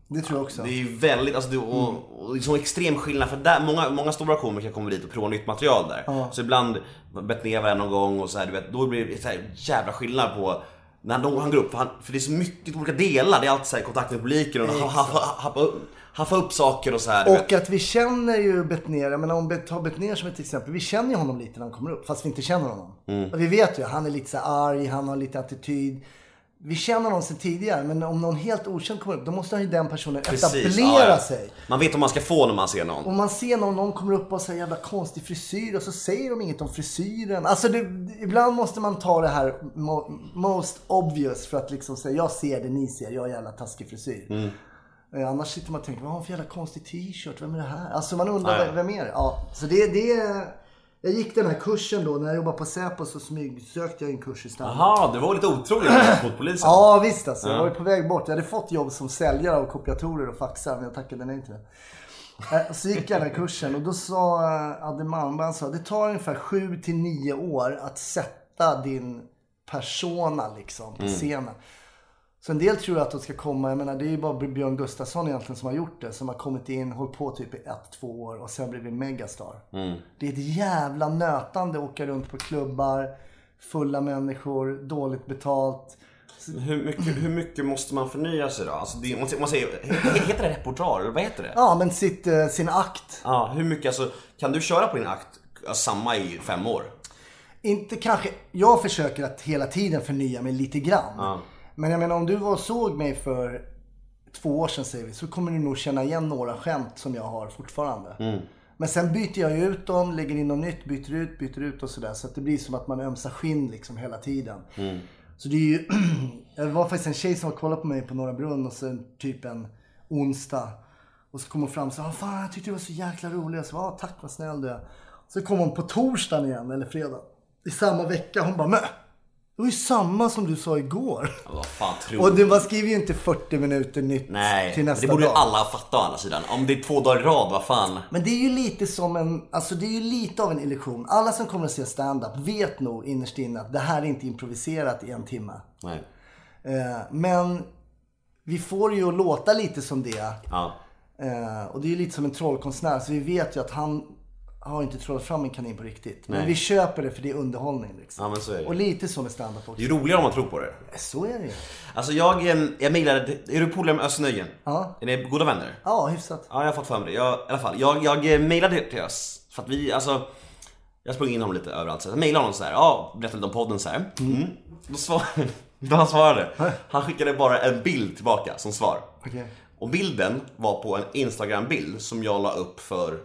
B: Det tror jag också.
A: Det är ju väldigt, alltså det, och, och det är så extrem skillnad. För där, många, många stora komiker kommer dit och provar nytt material där. Ja. Så ibland Betnéva någon gång och så här, du vet, då blir det så här jävla skillnad på när de, han går upp. För, han, för det är så mycket olika delar. Det är alltid så här kontakt med publiken och haffa, haffa, haffa upp saker och så här.
B: Och vet. Att vi känner ju Betnér, men om vi tar Betnér som ett exempel. Vi känner ju honom lite när han kommer upp, fast vi inte känner honom. Mm. Och vi vet ju, han är lite så här arg, han har lite attityd. Vi känner honom sedan tidigare, men om någon helt okänd kommer upp, då måste ju den personen etablera ja, ja. sig.
A: Man vet om man ska få när man ser någon.
B: Om man ser någon, någon kommer upp och säger jävla konstig frisyr och så säger de inget om frisyren. Alltså det, ibland måste man ta det här mo, most obvious för att liksom säga, jag ser det ni ser, jag har jävla taskig frisyr. Mm. Eh, annars sitter man och tänker, vad har han för jävla konstig t-shirt, vem är det här? Alltså man undrar, vem, vem är det? Ja, så det, det är... Jag gick den här kursen då, när jag jobbade på Säpo så smyg, sökte jag en kurs i stand-up.
A: Jaha, det var lite otroligt mot polisen.
B: Ja, visst alltså. Jag var på väg bort. Jag hade fått jobb som säljare av kopiatorer och faxar, men jag tackade nej till det. Så gick jag den här kursen och då sa Adde Malmberg, sa, det tar ungefär sju till nio år att sätta din persona liksom på scenen. Mm. Så en del tror att de ska komma, jag menar det är ju bara Björn Gustafsson egentligen som har gjort det. Som har kommit in, hållit på typ i ett, två år och sen blivit megastar. Mm. Det är ett jävla nötande att åka runt på klubbar, fulla människor, dåligt betalt.
A: Hur mycket, hur mycket måste man förnya sig då? Alltså det, man säger, heter det repertoar eller vad heter det?
B: Ja, men sitt, sin akt.
A: Ja, hur mycket, alltså, kan du köra på din akt samma i fem år?
B: Inte kanske, jag försöker att hela tiden förnya mig lite grann. Ja. Men jag menar, om du var och såg mig för två år sedan säger vi, så kommer du nog känna igen några skämt som jag har fortfarande. Mm. Men sen byter jag ju ut dem, lägger in något nytt, byter ut, byter ut och sådär. Så att det blir som att man ömsar skinn liksom hela tiden. Mm. Så det är ju, det var faktiskt en tjej som var kollade på mig på Norra Brunn och sen typ en onsdag. Och så kom hon fram och sa, fan jag tyckte det var så jäkla roligt. Jag sa, ah, tack vad snäll du är. Så kom hon på torsdagen igen, eller fredag. I samma vecka, hon bara, men det var ju samma som du sa igår.
A: Ja, vad fan tror
B: och du, man skriver ju inte fyrtio minuter nytt
A: Nej,
B: till nästa dag.
A: Det borde ju alla fatta å andra sidan. Om det är två dagar i rad, vad fan.
B: Men det är ju lite som en, alltså det är ju lite av en illusion. Alla som kommer att se stand-up vet nog innerst inne att det här är inte improviserat i en timme.
A: Nej.
B: Eh, men vi får ju låta lite som det.
A: Ja.
B: Eh, och det är ju lite som en trollkonstnär. Så vi vet ju att han har inte trollat fram en kanin på riktigt. Nej. Men vi köper det för det är underhållning liksom.
A: Ja, men så är det.
B: Och lite som med stand-up också.
A: Det är roligare om man tror på det.
B: Så är det ju.
A: Alltså jag, jag mejlade, är du polare med Öss Nöjen?
B: Ja.
A: Är ni goda vänner?
B: Ja, hyfsat.
A: Ja, jag har fått för mig det. Jag, I alla fall, jag, jag mejlade till Öss. För att vi, alltså, jag sprang in honom lite överallt. Så jag mejlade honom så här, ja, berättade lite om podden så här. Mm. Mm. Då, svar, då han svarade, han skickade bara en bild tillbaka som svar.
B: Okay.
A: Och bilden var på en Instagram-bild som jag la upp för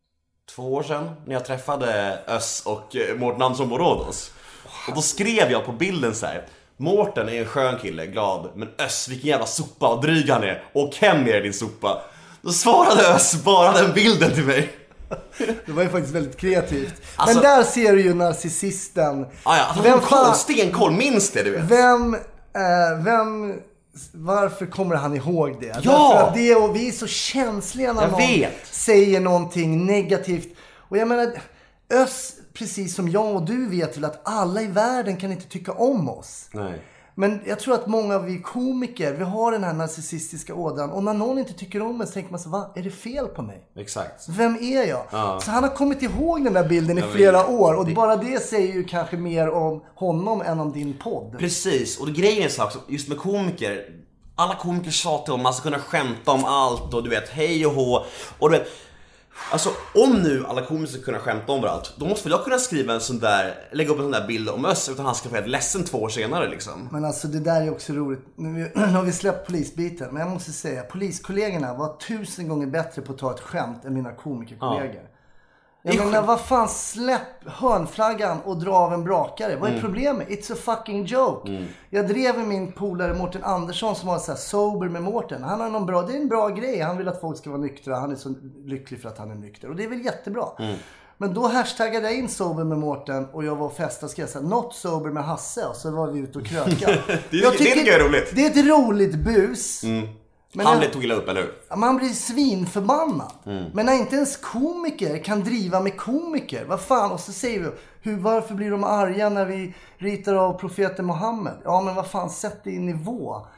A: två år sedan när jag träffade Öss och Mårten Andersson på Rhodos. Och då skrev jag på bilden så här: Mårten är en skön kille, glad, men Öss, vilken jävla sopa och dryg han är. Och hem är din sopa. Då svarade Öss bara den bilden till mig.
B: Det var ju faktiskt väldigt kreativt. Alltså, men där ser du ju narcissisten.
A: Ah ja, vem fan, stenkoll, minns det du vet.
B: Vem, eh, vem... Varför kommer han ihåg det?
A: Ja!
B: Därför att det, och vi är så känsliga när
A: jag
B: någon
A: vet.
B: säger någonting negativt. Och jag menar, Öss, precis som jag och du vet väl att alla i världen kan inte tycka om oss.
A: Nej.
B: Men jag tror att många av vi komiker, vi har den här narcissistiska ådran. Och när någon inte tycker om mig så tänker man så, va? Är det fel på mig?
A: Exakt.
B: Vem är jag?
A: Ja.
B: Så han har kommit ihåg den där bilden i flera år. Och det... bara det säger ju kanske mer om honom än om din podd.
A: Precis, och det grejen är så också, just med komiker. Alla komiker tjatar om man ska kunna skämta om allt och du vet, hej och hå. Och du vet, alltså om nu alla komiker ska kunna skämta om allt, då måste väl jag kunna skriva en sån där, lägga upp en sån där bild om Öss utan han ska få ett ledsen två år senare liksom.
B: Men alltså det där är också roligt. Nu, nu har vi släppt polisbiten, men jag måste säga, poliskollegorna var tusen gånger bättre på att ta ett skämt än mina komikerkollegor. Ja. Jag menar, vad fan, släpp hörnflaggan och dra av en brakare. Vad är mm. problemet? It's a fucking joke. Mm. Jag drev med min polare Mårten Andersson som var så här sober med Mårten. Han har någon bra, det är en bra grej. Han vill att folk ska vara nyktra. Han är så lycklig för att han är nykter. Och det är väl jättebra. Mm. Men då hashtaggade jag in sober med Mårten och jag var och festade och skrev så här, not sober med Hasse. Och så var vi ute och kröka.
A: det, jag tycker, det tycker jag är roligt.
B: Det är ett roligt bus.
A: Mm. Men han blev tog illa upp, eller hur?
B: Man blir svinförbannad. Mm. Men när inte ens komiker kan driva med komiker. Vad fan? Och så säger vi, hur, varför blir de arga när vi ritar av profeten Mohammed? Ja, men vad fan, sätt det i nivå.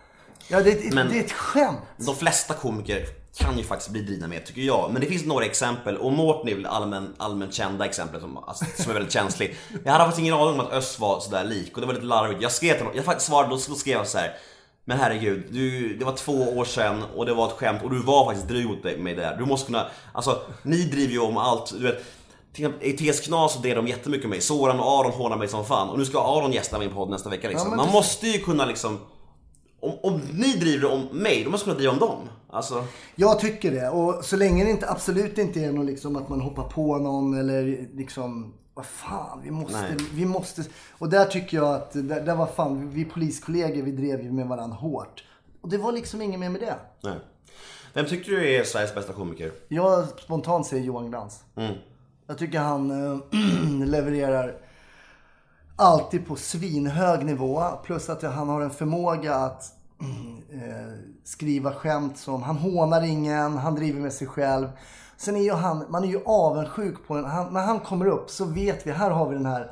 B: Ja, det, är, det är ett skämt.
A: De flesta komiker kan ju faktiskt bli drivna med, tycker jag. Men det finns några exempel, och Mårten är väl allmän, allmänt kända exempel som, alltså, som är väldigt känslig. Jag hade faktiskt ingen aning om att Öss var sådär lik, och det var lite larvigt. Jag skrev till honom, jag faktiskt svarade, då skrev jag så här: men herregud, du, det var två år sedan och det var ett skämt, och du var faktiskt dryg mot dig med det där. Du måste kunna, alltså, ni driver ju om allt, du vet. I T S Knas så det de jättemycket med. Soran och Aron hånar mig som fan. Och nu ska Aron gästa min podd nästa vecka liksom. Ja, man det... måste ju kunna liksom, om, om ni driver om mig, då måste kunna driva om dem. Alltså...
B: Jag tycker det. Och så länge det inte, absolut inte är någon liksom att man hoppar på någon eller liksom, vad fan, vi måste, vi måste. Och där tycker jag att, där, där var fan, vi poliskollegor, vi drev ju med varandra hårt. Och det var liksom ingen mer med det.
A: Nej. Vem tycker du är Sveriges bästa komiker?
B: Jag spontant säger Johan Glans. Mm. Jag tycker han äh, levererar alltid på svinhög nivå. Plus att han har en förmåga att äh, skriva skämt som, han hånar ingen, han driver med sig själv. Sen är ju han, man är ju avundsjuk på den. Han, när han kommer upp så vet vi, här har vi den här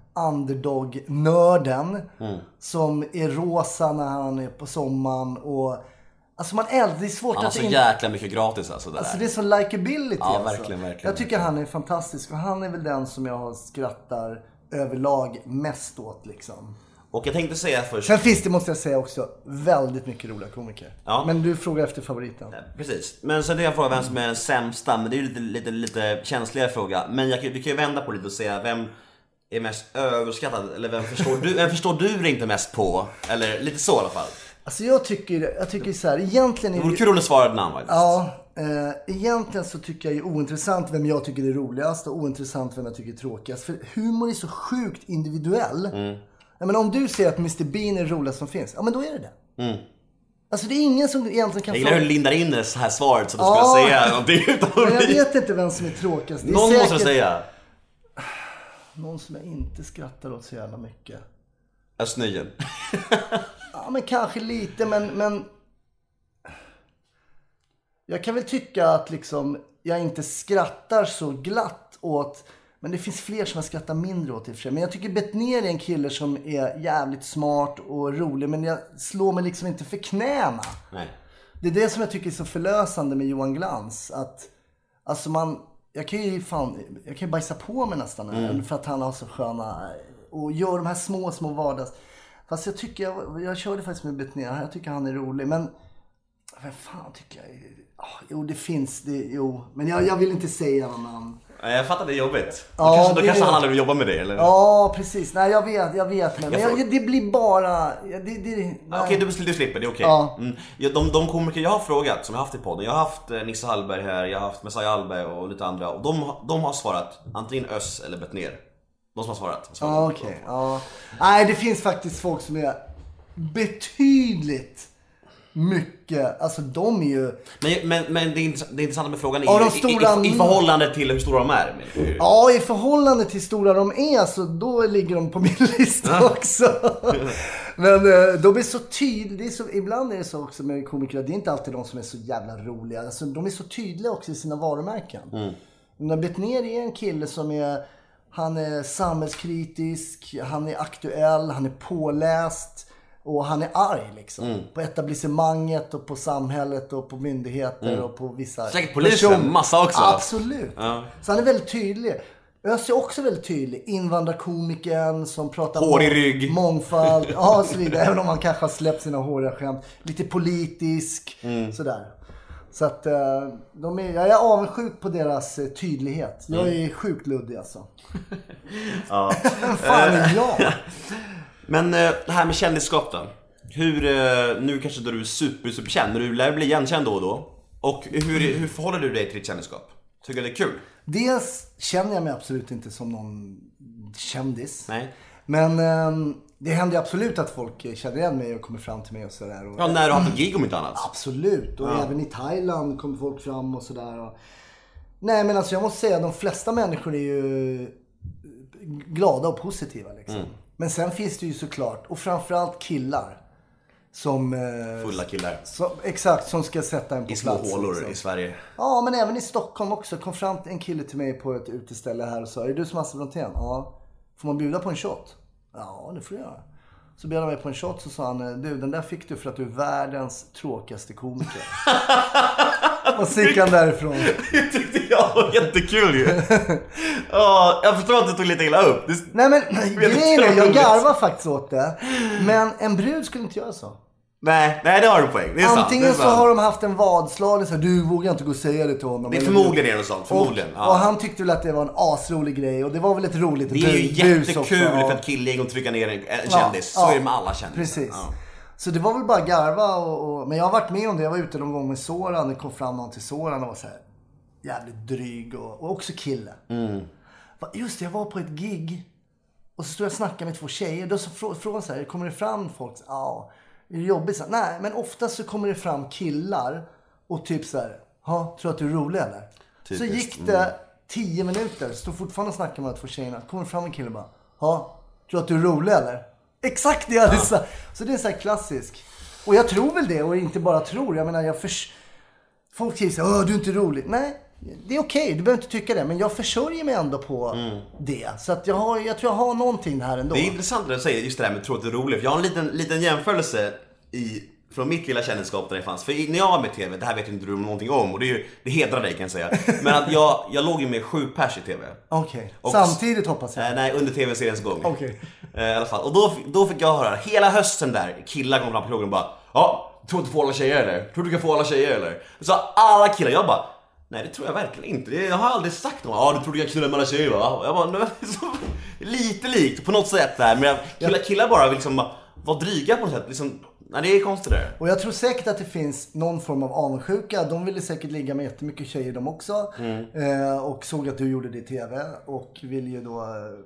B: underdog-nörden mm. som är rosa när han är på sommaren och... Alltså man älskar, det är svårt
A: han
B: att...
A: Han har så in... jäkla mycket gratis alltså. Det,
B: alltså det är så likability.
A: Ja,
B: alltså.
A: verkligen, verkligen.
B: Jag tycker han är fantastisk och han är väl den som jag skrattar överlag mest åt liksom.
A: Och jag tänkte säga först...
B: Sen finns det, måste jag säga också, väldigt mycket roliga komiker. Ja. Men du frågar efter favoriten.
A: Ja, precis. Men sen är jag fråga vem som är den sämsta. Men det är ju lite, lite, lite känsligare fråga. Men jag, vi kan ju vända på lite och säga vem är mest överskattad. Eller vem förstår du, vem förstår du inte mest på? Eller lite så i alla fall.
B: Alltså jag tycker, jag tycker så här, egentligen...
A: Det vore kul om du svarade namn faktiskt.
B: Ja, eh, egentligen så tycker jag är ointressant vem jag tycker är roligast och ointressant vem jag tycker är tråkigast. För humor är så sjukt individuell. Mm. Ja, men om du säger att mister Bean är roligast som finns, ja men då är det det. Mm. Alltså det är ingen som egentligen kan...
A: Jag gillar hur du lindar in det så här svaret så att du ja, ska säga någonting utan
B: men jag vet inte vem som är tråkigast.
A: Det är någon säkert... måste säga.
B: Någon som jag inte skrattar åt så jävla mycket.
A: Östnöjen.
B: Ja, men kanske lite, men, men jag kan väl tycka att liksom jag inte skrattar så glatt åt, men det finns fler som jag skrattar mindre åt i och för sig. Men jag tycker Bettner är en kille som är jävligt smart och rolig, men jag slår mig liksom inte för knäna. Nej. Det är det som jag tycker är så förlösande med Johan Glans, att alltså man, jag kan ju fan, jag kan ju bajsa på mig nästan mm. för att han har så sköna och gör de här små, små vardags. Fast jag tycker, jag, jag körde faktiskt med Bettner, jag tycker han är rolig, men vad fan tycker jag, oh, jo det finns, det, jo, men jag, jag vill inte säga någon namn.
A: Jag fattar, det är jobbigt.
B: Ja,
A: då kanske, då
B: det
A: kanske
B: är...
A: han aldrig vill jobba med det, eller?
B: Ja, precis. Nej, jag vet, jag vet. Men, jag får... men jag, det blir bara... Det, det,
A: okej, okay, du, du slipper, det är okej. Okay. Ja. Mm. De, de komiker jag har frågat, som jag har haft i podden, jag har haft eh, Nisse Hallberg här, jag har haft Messiah Hallberg och lite andra. Och de, de har svarat antingen Öss eller Bettner. De som har svarat.
B: Ja, okej. Okay. Ja. Nej, det finns faktiskt folk som är betydligt... mycket, alltså de är ju...
A: Men, men, men det, är, det intressanta med frågan är ja, ju stora... i, i, i förhållande till hur stora de är.
B: Ja, i förhållande till hur stora de är så då ligger de på min lista ja. också. Men de är så tydliga, så, ibland är det så också med komiker, det är inte alltid de som är så jävla roliga. Alltså, de är så tydliga också i sina varumärken. Mm. När Bettner är en kille som är, han är samhällskritisk, han är aktuell, han är påläst. Och han är arg liksom. Mm. På etablissemanget och på samhället och på myndigheter mm. och på vissa...
A: Säkert polisen, massa också.
B: Absolut. Ja. Så han är väldigt tydlig. Öss är också väldigt tydlig. Invandrarkomikern som pratar
A: hår i rygg.
B: Mångfald. Ja, och så vidare. Även om han kanske har släppt sina håriga skämt. Lite politisk. Mm. Sådär. Så att de är, jag är avundsjuk på deras tydlighet. Jag är mm. sjukt luddig alltså.
A: Ja.
B: Fan är jag?
A: Men det här med kändisskap då. Hur, nu kanske då du är super, super känd, men du lär bli igenkänd då och då. Och hur, hur förhåller du dig till ditt kändisskap? Tycker du det är kul?
B: Dels känner jag mig absolut inte som någon kändis.
A: Nej.
B: Men um, det händer absolut att folk känner igen mig och kommer fram till mig och sådär. Och,
A: ja, när du har haft ett gig om inte annat.
B: Absolut, och
A: ja.
B: även i Thailand kommer folk fram och sådär. Och... Nej, men alltså jag måste säga att de flesta människor är ju glada och positiva liksom. Mm. Men sen finns det ju såklart, och framförallt killar som... Eh,
A: Fulla killar.
B: Som, exakt, som ska sätta en på
A: I plats. I små hålor
B: liksom.
A: I Sverige.
B: Ja, men även i Stockholm också. Kom fram en kille till mig på ett uteställe här och sa, är du som Hasse Brontén? Ja. Får man bjuda på en shot? Ja, det får jag göra. Så bjöd han mig på en shot, så sa han, du, den där fick du för att du är världens tråkigaste komiker. Och så gick han därifrån.
A: Det tyckte jag var jättekul ju. Oh, jag förstår att du tog lite illa upp. Det...
B: Nej men grejen är, jag garvar faktiskt åt det. Men en brud skulle inte göra så.
A: Nej, nej, det har du poäng. Det är
B: Antingen
A: sant, det är
B: så har de haft en vadslag så här, du vågar inte gå och säga det till honom.
A: Det är förmodligen det och sånt, förmodligen.
B: Och,
A: ja.
B: och han tyckte väl att det var en asrolig grej. Och det var väl ett roligt
A: det är ju
B: bus
A: jättekul
B: också.
A: för att killen och trycka ner en kändis.
B: Ja,
A: så
B: ja,
A: är det med alla kändisar.
B: Precis.
A: Ja.
B: Så det var väl bara garva och, och, men jag har varit med om det. Jag var ute någon gång med Soran. Det kom fram någon till Soran och var så här jävligt dryg och, och också kille.
A: Mm.
B: Just det, jag var på ett gig och så stod jag och snackade med två tjejer. Då så frå, frågade så här, kommer det fram folk? Ja, är det jobbigt? Så, nej, men ofta så kommer det fram killar och typ så här, ja, tror att du är rolig eller? Typiskt. Så gick det mm. tio minuter, stod fortfarande och snackade med två tjejerna. Kommer fram en kille och bara, ja, tror att du är rolig eller? Exakt det jag hade sagt. Så det är så här klassisk. Och jag tror väl det och inte bara tror. Jag menar, jag förs... folk säger så här, du är inte rolig. Nej, det är okej, okay. Du behöver inte tycka det. Men jag försörjer mig ändå på mm. det. Så att jag, har, jag tror jag har någonting här ändå.
A: Det är intressant när du säger just det här med tro att det är roligt. För jag har en liten, liten jämförelse i, från mitt lilla kändisskap där det fanns. För när jag var med i tv, det här vet inte du någonting om. Och det, är ju, det hedrar dig kan jag säga. Men att jag, jag låg ju med sju pers i tv.
B: Okej, okay. Samtidigt hoppas jag.
A: Eh, nej, under tv-seriens gång.
B: Okej.
A: Okay. Eh, I alla fall. Och då, då fick jag höra, hela hösten där, killar kom fram på krogen och bara, ja, tror du inte få alla tjejer eller? Tror du kan få alla tjejer eller? Så alla killar, jag bara, nej det tror jag verkligen inte. Jag har aldrig sagt något. Ja, du tror du kan knulla med alla tjejer va? Och jag bara, nej, så, lite likt på något sätt där. Men killar, killar bara vill liksom vara dryga på något sätt. Liksom, nej, det är konstigt där.
B: Och jag tror säkert att det finns någon form av avundsjuka. De ville säkert ligga med jättemycket tjejer de också. Mm. Eh, och såg att du gjorde det i tv. Och vill ju då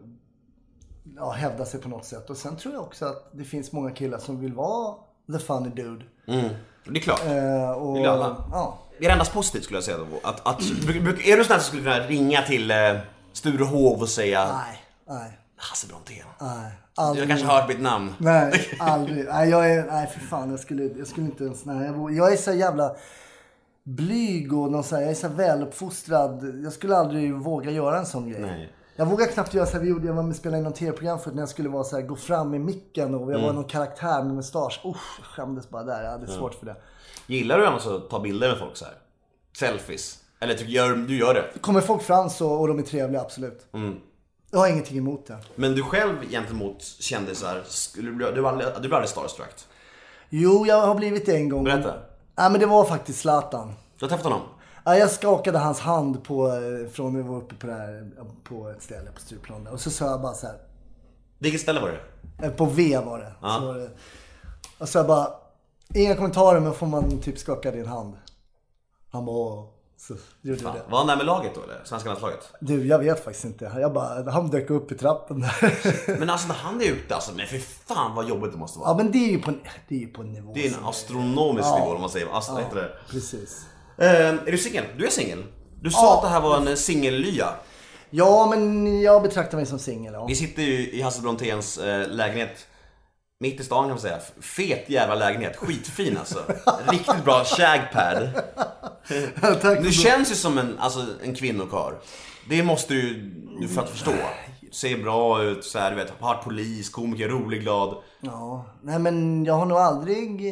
B: ja, hävda sig på något sätt. Och sen tror jag också att det finns många killar som vill vara the funny dude.
A: Mm. Det är klart.
B: Eh, och,
A: det är alla.
B: Ja.
A: Det är endast positivt skulle jag säga då. Att, att, är du sån här som skulle kunna ringa till eh, Sturehov och säga
B: nej, nej.
A: Hasse Brontén.
B: Nej,
A: aldrig. Du har kanske hört mitt namn.
B: Nej, aldrig. Nej, jag är, nej för fan, jag skulle, jag skulle inte ens, nej, jag, jag är så jävla blyg och någon så här, jag är så väluppfostrad. Jag skulle aldrig våga göra en sån grej.
A: Nej.
B: Jag vågar knappt göra så här, vi gjorde, jag var med och spelade in något tv-program för när jag skulle vara så här, gå fram med micken och jag mm. var någon karaktär med mustasch. Usch, jag skämdes bara där, jag hade svårt mm. för det.
A: Gillar du annars att ta bilder med folk så här? Selfies? Eller tycker gör, du gör det?
B: Kommer folk fram så och de är trevliga, absolut. Mm. Jag har ingenting emot det.
A: Men du själv gentemot kändisar, skulle du, du, aldrig, du blir aldrig starstruck?
B: Jo, jag har blivit det en gång.
A: Berätta.
B: Nej, men det var faktiskt Zlatan.
A: Du har träffat honom?
B: Ja, jag skakade hans hand på, från när vi var uppe på, det här, på ett ställe på Stureplan. Och så sa jag bara så här.
A: Vilket ställe var det?
B: På V var det.
A: Ja.
B: Så var det. Och så jag bara, inga kommentarer men får man typ skaka din hand. Han bara, så gjorde det.
A: Var han där med laget då eller? Svenska landslaget?
B: Du, jag vet faktiskt inte. Jag bara, han dök upp i trappen där.
A: Men alltså när han är ute, alltså, men för fan vad jobbigt det måste vara.
B: Ja, men det är ju på, det är ju på en nivå.
A: Det är en astronomisk ja. nivå om man säger. Alltså,
B: ja,
A: heter det.
B: Precis.
A: Uh, är du singel? Du är singel. Du sa ja. att det här var en singellya.
B: Ja, men jag betraktar mig som singel. Ja.
A: Vi sitter ju i Hasse Bronténs eh, lägenhet. Mitt i stan kan man säga. Fet jävla lägenhet. Skitfin alltså. Riktigt bra shagpad.
B: Tack.
A: Du känns ju som en, alltså, en kvinnokar. Det måste du, du för att förstå. Ser bra ut, så här, du vet, har polis, komiker, rolig, glad.
B: Ja, nej men jag har nog aldrig...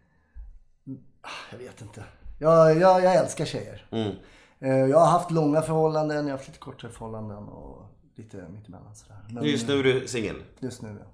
B: Jag vet inte. Jag, jag, jag älskar tjejer. Mm. Jag har haft långa förhållanden, jag har haft lite kortare förhållanden och lite mittemellan sådär. Men
A: just nu är du singel?
B: Just nu, ja.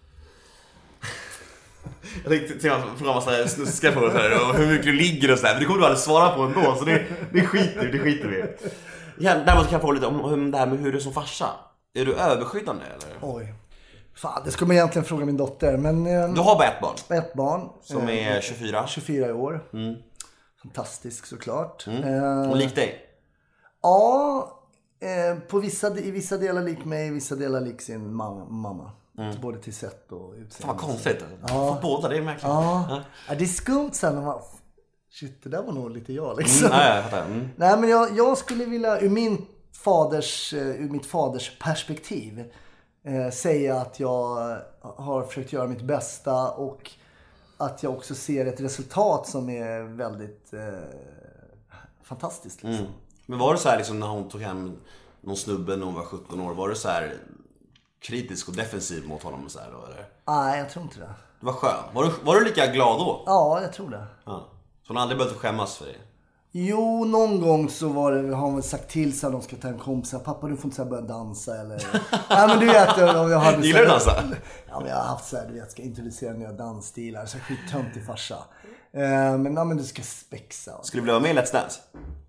A: Jag tänkte till att fråga massa snuska på det här och hur mycket du ligger och sådär. Men det kommer du aldrig svara på ändå, så det, det skiter det skiter vi. Ja, däremot kan jag få lite om, om det här med hur du är som farsa. Är du överskyddande eller?
B: Oj. Fan, det ska man egentligen fråga min dotter. Men, eh,
A: du har bara ett barn?
B: Ett barn.
A: Som är eh, tjugofyra?
B: tjugofyra i år.
A: Mm.
B: Fantastisk såklart.
A: Mm. Eh, och lik dig?
B: Ja, eh, på vissa, i vissa delar lik mig, i vissa delar lik sin mamma. mamma. Mm. Både till sätt och utseende.
A: Fan vad konstigt.
B: Ja.
A: För båda, det är märkligt.
B: Ja. Ja. Ja, det är skumt sen när man... Shit, det där var nog lite jag liksom.
A: Mm, nej, jag fattar. Mm.
B: Nej, men jag, jag skulle vilja ur, min faders, ur mitt faders perspektiv eh, säga att jag har försökt göra mitt bästa och att jag också ser ett resultat som är väldigt eh, fantastiskt. Liksom.
A: Mm. Men var det så här liksom, när hon tog hem någon snubbe när hon var sjutton år, var det så här kritisk och defensiv mot honom så här då, eller?
B: Nej, jag tror inte det.
A: Det var skön. Var du, var du lika glad då?
B: Ja, jag tror det.
A: Ja. Så hon har aldrig behövt skämmas för det?
B: Jo, någon gång så var det, har man sagt till sig att de ska ta en kompis. Pappa, du får inte så här börja dansa eller... Ja, men du vet, jag hade...
A: Gillar du dansa?
B: Ja, men jag har haft så här, du vet, ska introducera nya dansstilar. Så skittömt i farsa. Uh, men ja, men du ska spexa.
A: Skulle du vilja vara med i Let's Dance?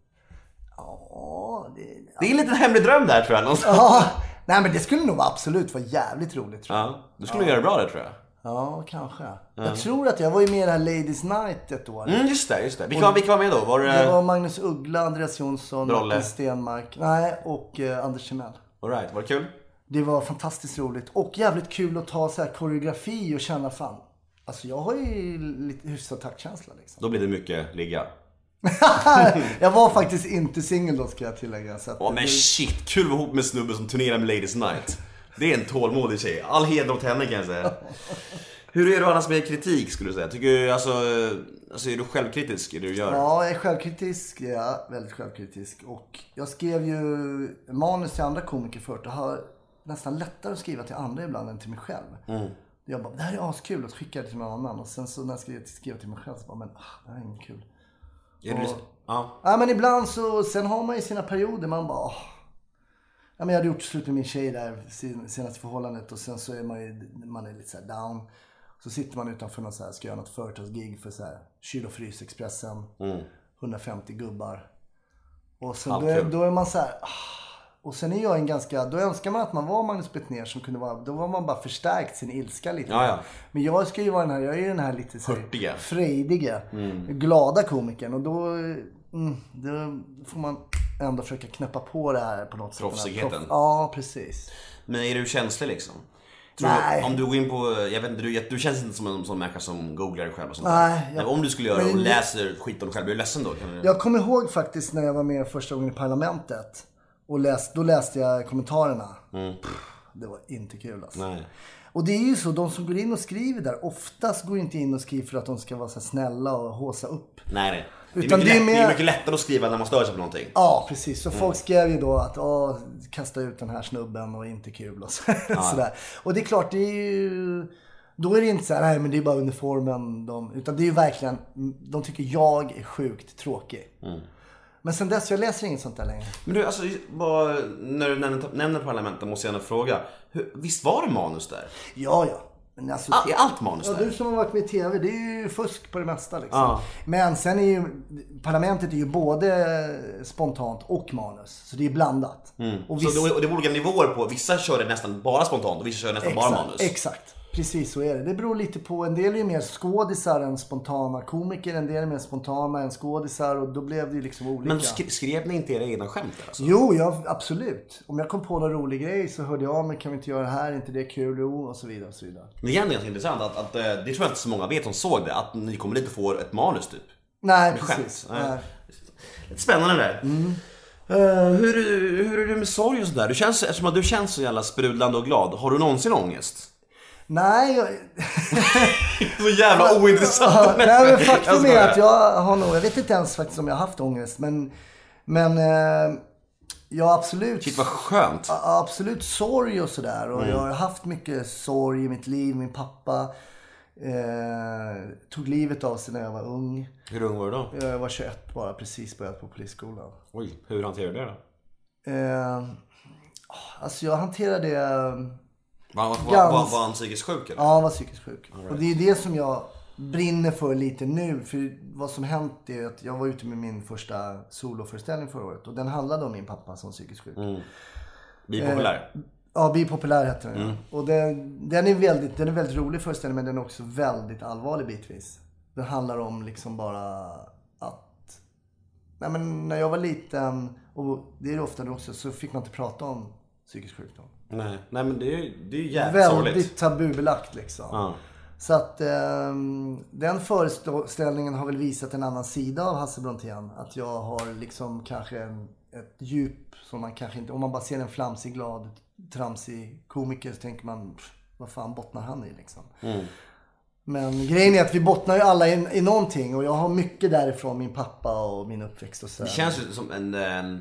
B: Ja, det...
A: Det är en liten hemlig dröm där, tror jag. Någonstans.
B: Ja, nej men det skulle nog absolut vara jävligt roligt, tror jag.
A: Ja, du skulle ja. göra bra det, tror jag.
B: Ja, kanske. Mm. Jag tror att jag var ju med i det här Ladies Night ett år.
A: Mm, just det, just det. Vilka var, vilka var med då? Var det...
B: det var Magnus Uggla, Andreas Jonsson,
A: Brolle.
B: Stenmark. Nej, och eh, Anders Timell.
A: All right, var det kul?
B: Det var fantastiskt roligt. Och jävligt kul att ta så här koreografi och känna fan. Alltså jag har ju lite hyfsad taktkänsla liksom.
A: Då blir det mycket ligga.
B: Jag var faktiskt inte singel då, ska jag tillägga.
A: Åh oh, men shit, kul att vara ihop med snubben som turnerar med Ladies Night. Det är en tålmodig tjej. All heder åt henne, kan jag säga. Hur är du annars med kritik, skulle du säga? Tycker du, alltså, alltså är du självkritisk i det du gör?
B: Ja, jag är självkritisk. Ja, väldigt självkritisk. Och jag skrev ju manus till andra komiker förut. Jag har nästan lättare att skriva till andra ibland än till mig själv. Mm. Jag bara, det här är askul, att skicka det till någon annan. Och sen så när jag skrev, skrev till mig själv så bara, men ah, det här är inte kul.
A: Är det
B: och,
A: så? Ja.
B: Ja, men ibland så, sen har man ju sina perioder, man bara, oh. Ja, men jag hade gjort slut med min tjej där, senaste förhållandet. Och sen så är man ju, man är lite så här down. Så sitter man utanför någon så här, ska göra något företagsgig för så här, kyl- och frysexpressen. Mm. hundrafemtio gubbar. Och sen då är, då är man så här, ah. Och sen är jag en ganska, då önskar man att man var Magnus Bettner som kunde vara, då var man bara förstärkt sin ilska lite.
A: Ja, ja.
B: Men jag ska ju vara den här, jag är ju den här lite så
A: här,
B: frejdiga, mm. glada komikern. Och då, mm, då får man ändå försöka knäppa på det här på något sätt.
A: Proffsigheten.
B: Ja, precis.
A: Men är du känslig liksom? Tror
B: Nej.
A: Du, om du går in på, jag vet inte, du, du känns inte som en sån människa som googlar dig själv och sånt.
B: Nej. Jag,
A: om du skulle göra och läser skit om dig själv, blir du ledsen då? Kan du...
B: Jag kommer ihåg faktiskt när jag var med första gången i parlamentet. Och läst, då läste jag kommentarerna. Mm. Pff, det var inte kul alltså.
A: Nej.
B: Och det är ju så, de som går in och skriver där, oftast går inte in och skriver för att de ska vara så snälla och håsa upp.
A: Nej, nej. Det är, Utan mycket, det, är lätt, mer... det är mycket lättare att skriva när man stör sig på någonting.
B: Ja, precis. Så mm. folk skrev ju då att åh, kasta ut den här snubben och inte kul och så, ja. sådär. Och det är klart, det är ju... Då är det inte så här, nej men det är bara uniformen. De... Utan det är ju verkligen, de tycker jag är sjukt tråkig. Mm. Men sen dess, jag läser inget sånt där längre. Men
A: du, alltså, bara, när du nämner, nämner parlamentet måste jag ändå fråga. Hur, visst var det manus där?
B: Ja, ja. Men alltså,
A: All, är allt manus
B: ja,
A: där?
B: Du som har varit med i tv, det är ju fusk på det mesta liksom. Ja. Men sen är ju, parlamentet är ju både spontant och manus. Så det är blandat. Mm.
A: Och vissa... Så det, och det är olika nivåer på, vissa kör det nästan bara spontant och vissa kör nästan
B: exakt,
A: bara manus.
B: Exakt. Precis så är det. Det beror lite på. En del är ju mer skådisar än spontana komiker. En del är mer spontana än skådisar. Och då blev det ju liksom olika.
A: Men sk- skrev ni inte era egna skämt där, alltså?
B: Jo, ja, absolut. Om jag kom på någon rolig grej så hörde jag, men kan vi inte göra det här? Inte det kul? Jo, och så vidare och så vidare.
A: Det är ganska intressant att, att det tror jag inte så många vet som såg det. Att ni kommer dit och får ett manus typ.
B: Nej, precis. Nej.
A: Lite spännande där. Mm. Uh, hur, hur är det med sorg och sådär? Du känns, eftersom att du känns så jävla sprudlande och glad. Har du någonsin ångest?
B: Nej, jag...
A: så jävla ointressant.
B: Nej, men faktum är att jag har nog, jag vet inte ens faktiskt om jag har haft ångest, men men eh, jag absolut
A: Shit, vad skönt.
B: Absolut sorg och sådär, och mm. jag har haft mycket sorg i mitt liv. Min pappa eh, tog livet av sig när jag var ung.
A: Hur ung var du då?
B: Jag var tjugoett, bara precis börjat på polisskolan.
A: Oj, hur hanterade du det då?
B: Eh, alltså jag hanterade det.
A: Var, var, Gans... var, var han psykiskt sjuk eller?
B: Ja, han var psykiskt sjuk. Right. Och det är det som jag brinner för lite nu. För vad som hänt är att jag var ute med min första soloföreställning förra året. Och den handlade om min pappa som psykiskt sjuk. Mm.
A: Bipopulär?
B: Eh, ja, Bipopulär heter den. Mm. Och den, den, är väldigt, den är väldigt rolig föreställning, men den är också väldigt allvarlig bitvis. Den handlar om liksom bara att... Nej, men när jag var liten, och det är det ofta också, så fick man inte prata om psykisk sjukdom.
A: Nej, nej men det är, det är jävligt sorgligt.
B: Väldigt tabubelagt liksom. Ja. Så att eh, den föreställningen har väl visat en annan sida av Hasse Brontén. Att jag har liksom kanske en, ett djup som man kanske inte... Om man bara ser en flamsig, glad, tramsig komiker så tänker man, vad fan bottnar han i liksom. Mm. Men grejen är att vi bottnar ju alla i, i någonting. Och jag har mycket därifrån min pappa och min uppväxt och så.
A: Det känns ju som en... en...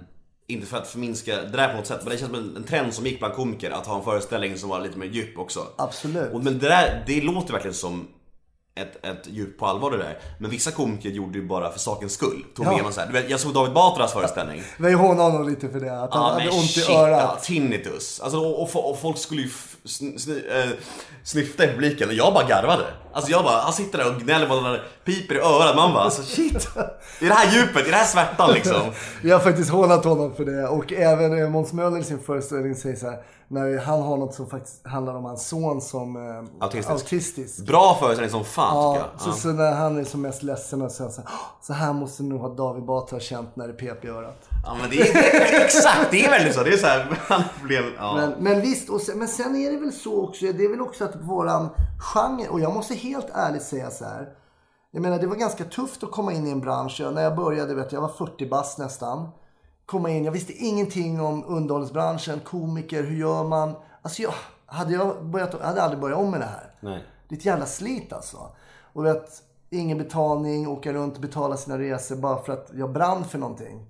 A: inte för att förminska det där på något sätt, men det känns som en, en trend som gick bland komiker att ha en föreställning som var lite mer djup också.
B: Absolut.
A: Och, men det där, det låter verkligen som ett, ett djup på allvar det där. Men vissa komiker gjorde ju bara för sakens skull. Tog ja. med man så här. Du vet, jag såg David Batras föreställning.
B: Vi hånade honom lite för det. Att han
A: ah,
B: hade
A: men
B: ont
A: shit,
B: i örat.
A: Ja, tinnitus. Alltså, och, och, och folk skulle ju sn, sn, äh, snyfta i publiken. Och jag bara garvade. Alltså jag bara, han sitter där och gnäller på den där piper i örat. Man bara, alltså shit. I det här djupet, i det här svärtan liksom.
B: Jag har faktiskt hånat honom för det. Och även Måns Möller i sin föreställning säger så här. När han har något som faktiskt handlar om hans son som eh, autistisk. autistisk.
A: Bra föreställning som fan
B: ja,
A: tycker jag.
B: Så,
A: ja.
B: så när han är som mest ledsen och säger så här, så här måste nu ha David Batra känt när det pep i örat.
A: Ja men det är exakt, det är väldigt så. Det är så här, han blev, ja.
B: men, men visst, och sen, men sen är det väl så också, det är väl också att våran genre, och jag måste helt ärligt säga så här. Jag menar det var ganska tufft att komma in i en bransch. När jag började, vet jag, jag var fyrtio bast nästan. Komma in, jag visste ingenting om underhållsbranschen, komiker, hur gör man? Alltså jag hade, jag börjat, jag hade aldrig börjat om med det här.
A: Nej.
B: Det är ett jävla slit alltså. Och vet, ingen betalning, åka runt och betala sina resor bara för att jag brann för någonting.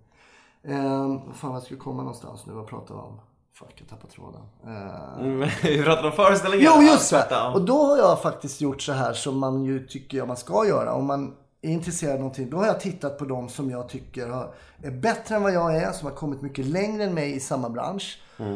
B: Um, fan, jag skulle komma någonstans nu och prata om. Fuck, jag tappar tråden. Uh...
A: Vi pratar om föreställningar.
B: Jo, just det. Och då har jag faktiskt gjort så här som man ju tycker jag man ska göra. Om man är intresserad av någonting, då har jag tittat på dem som jag tycker har, är bättre än vad jag är, som har kommit mycket längre än mig i samma bransch. Mm.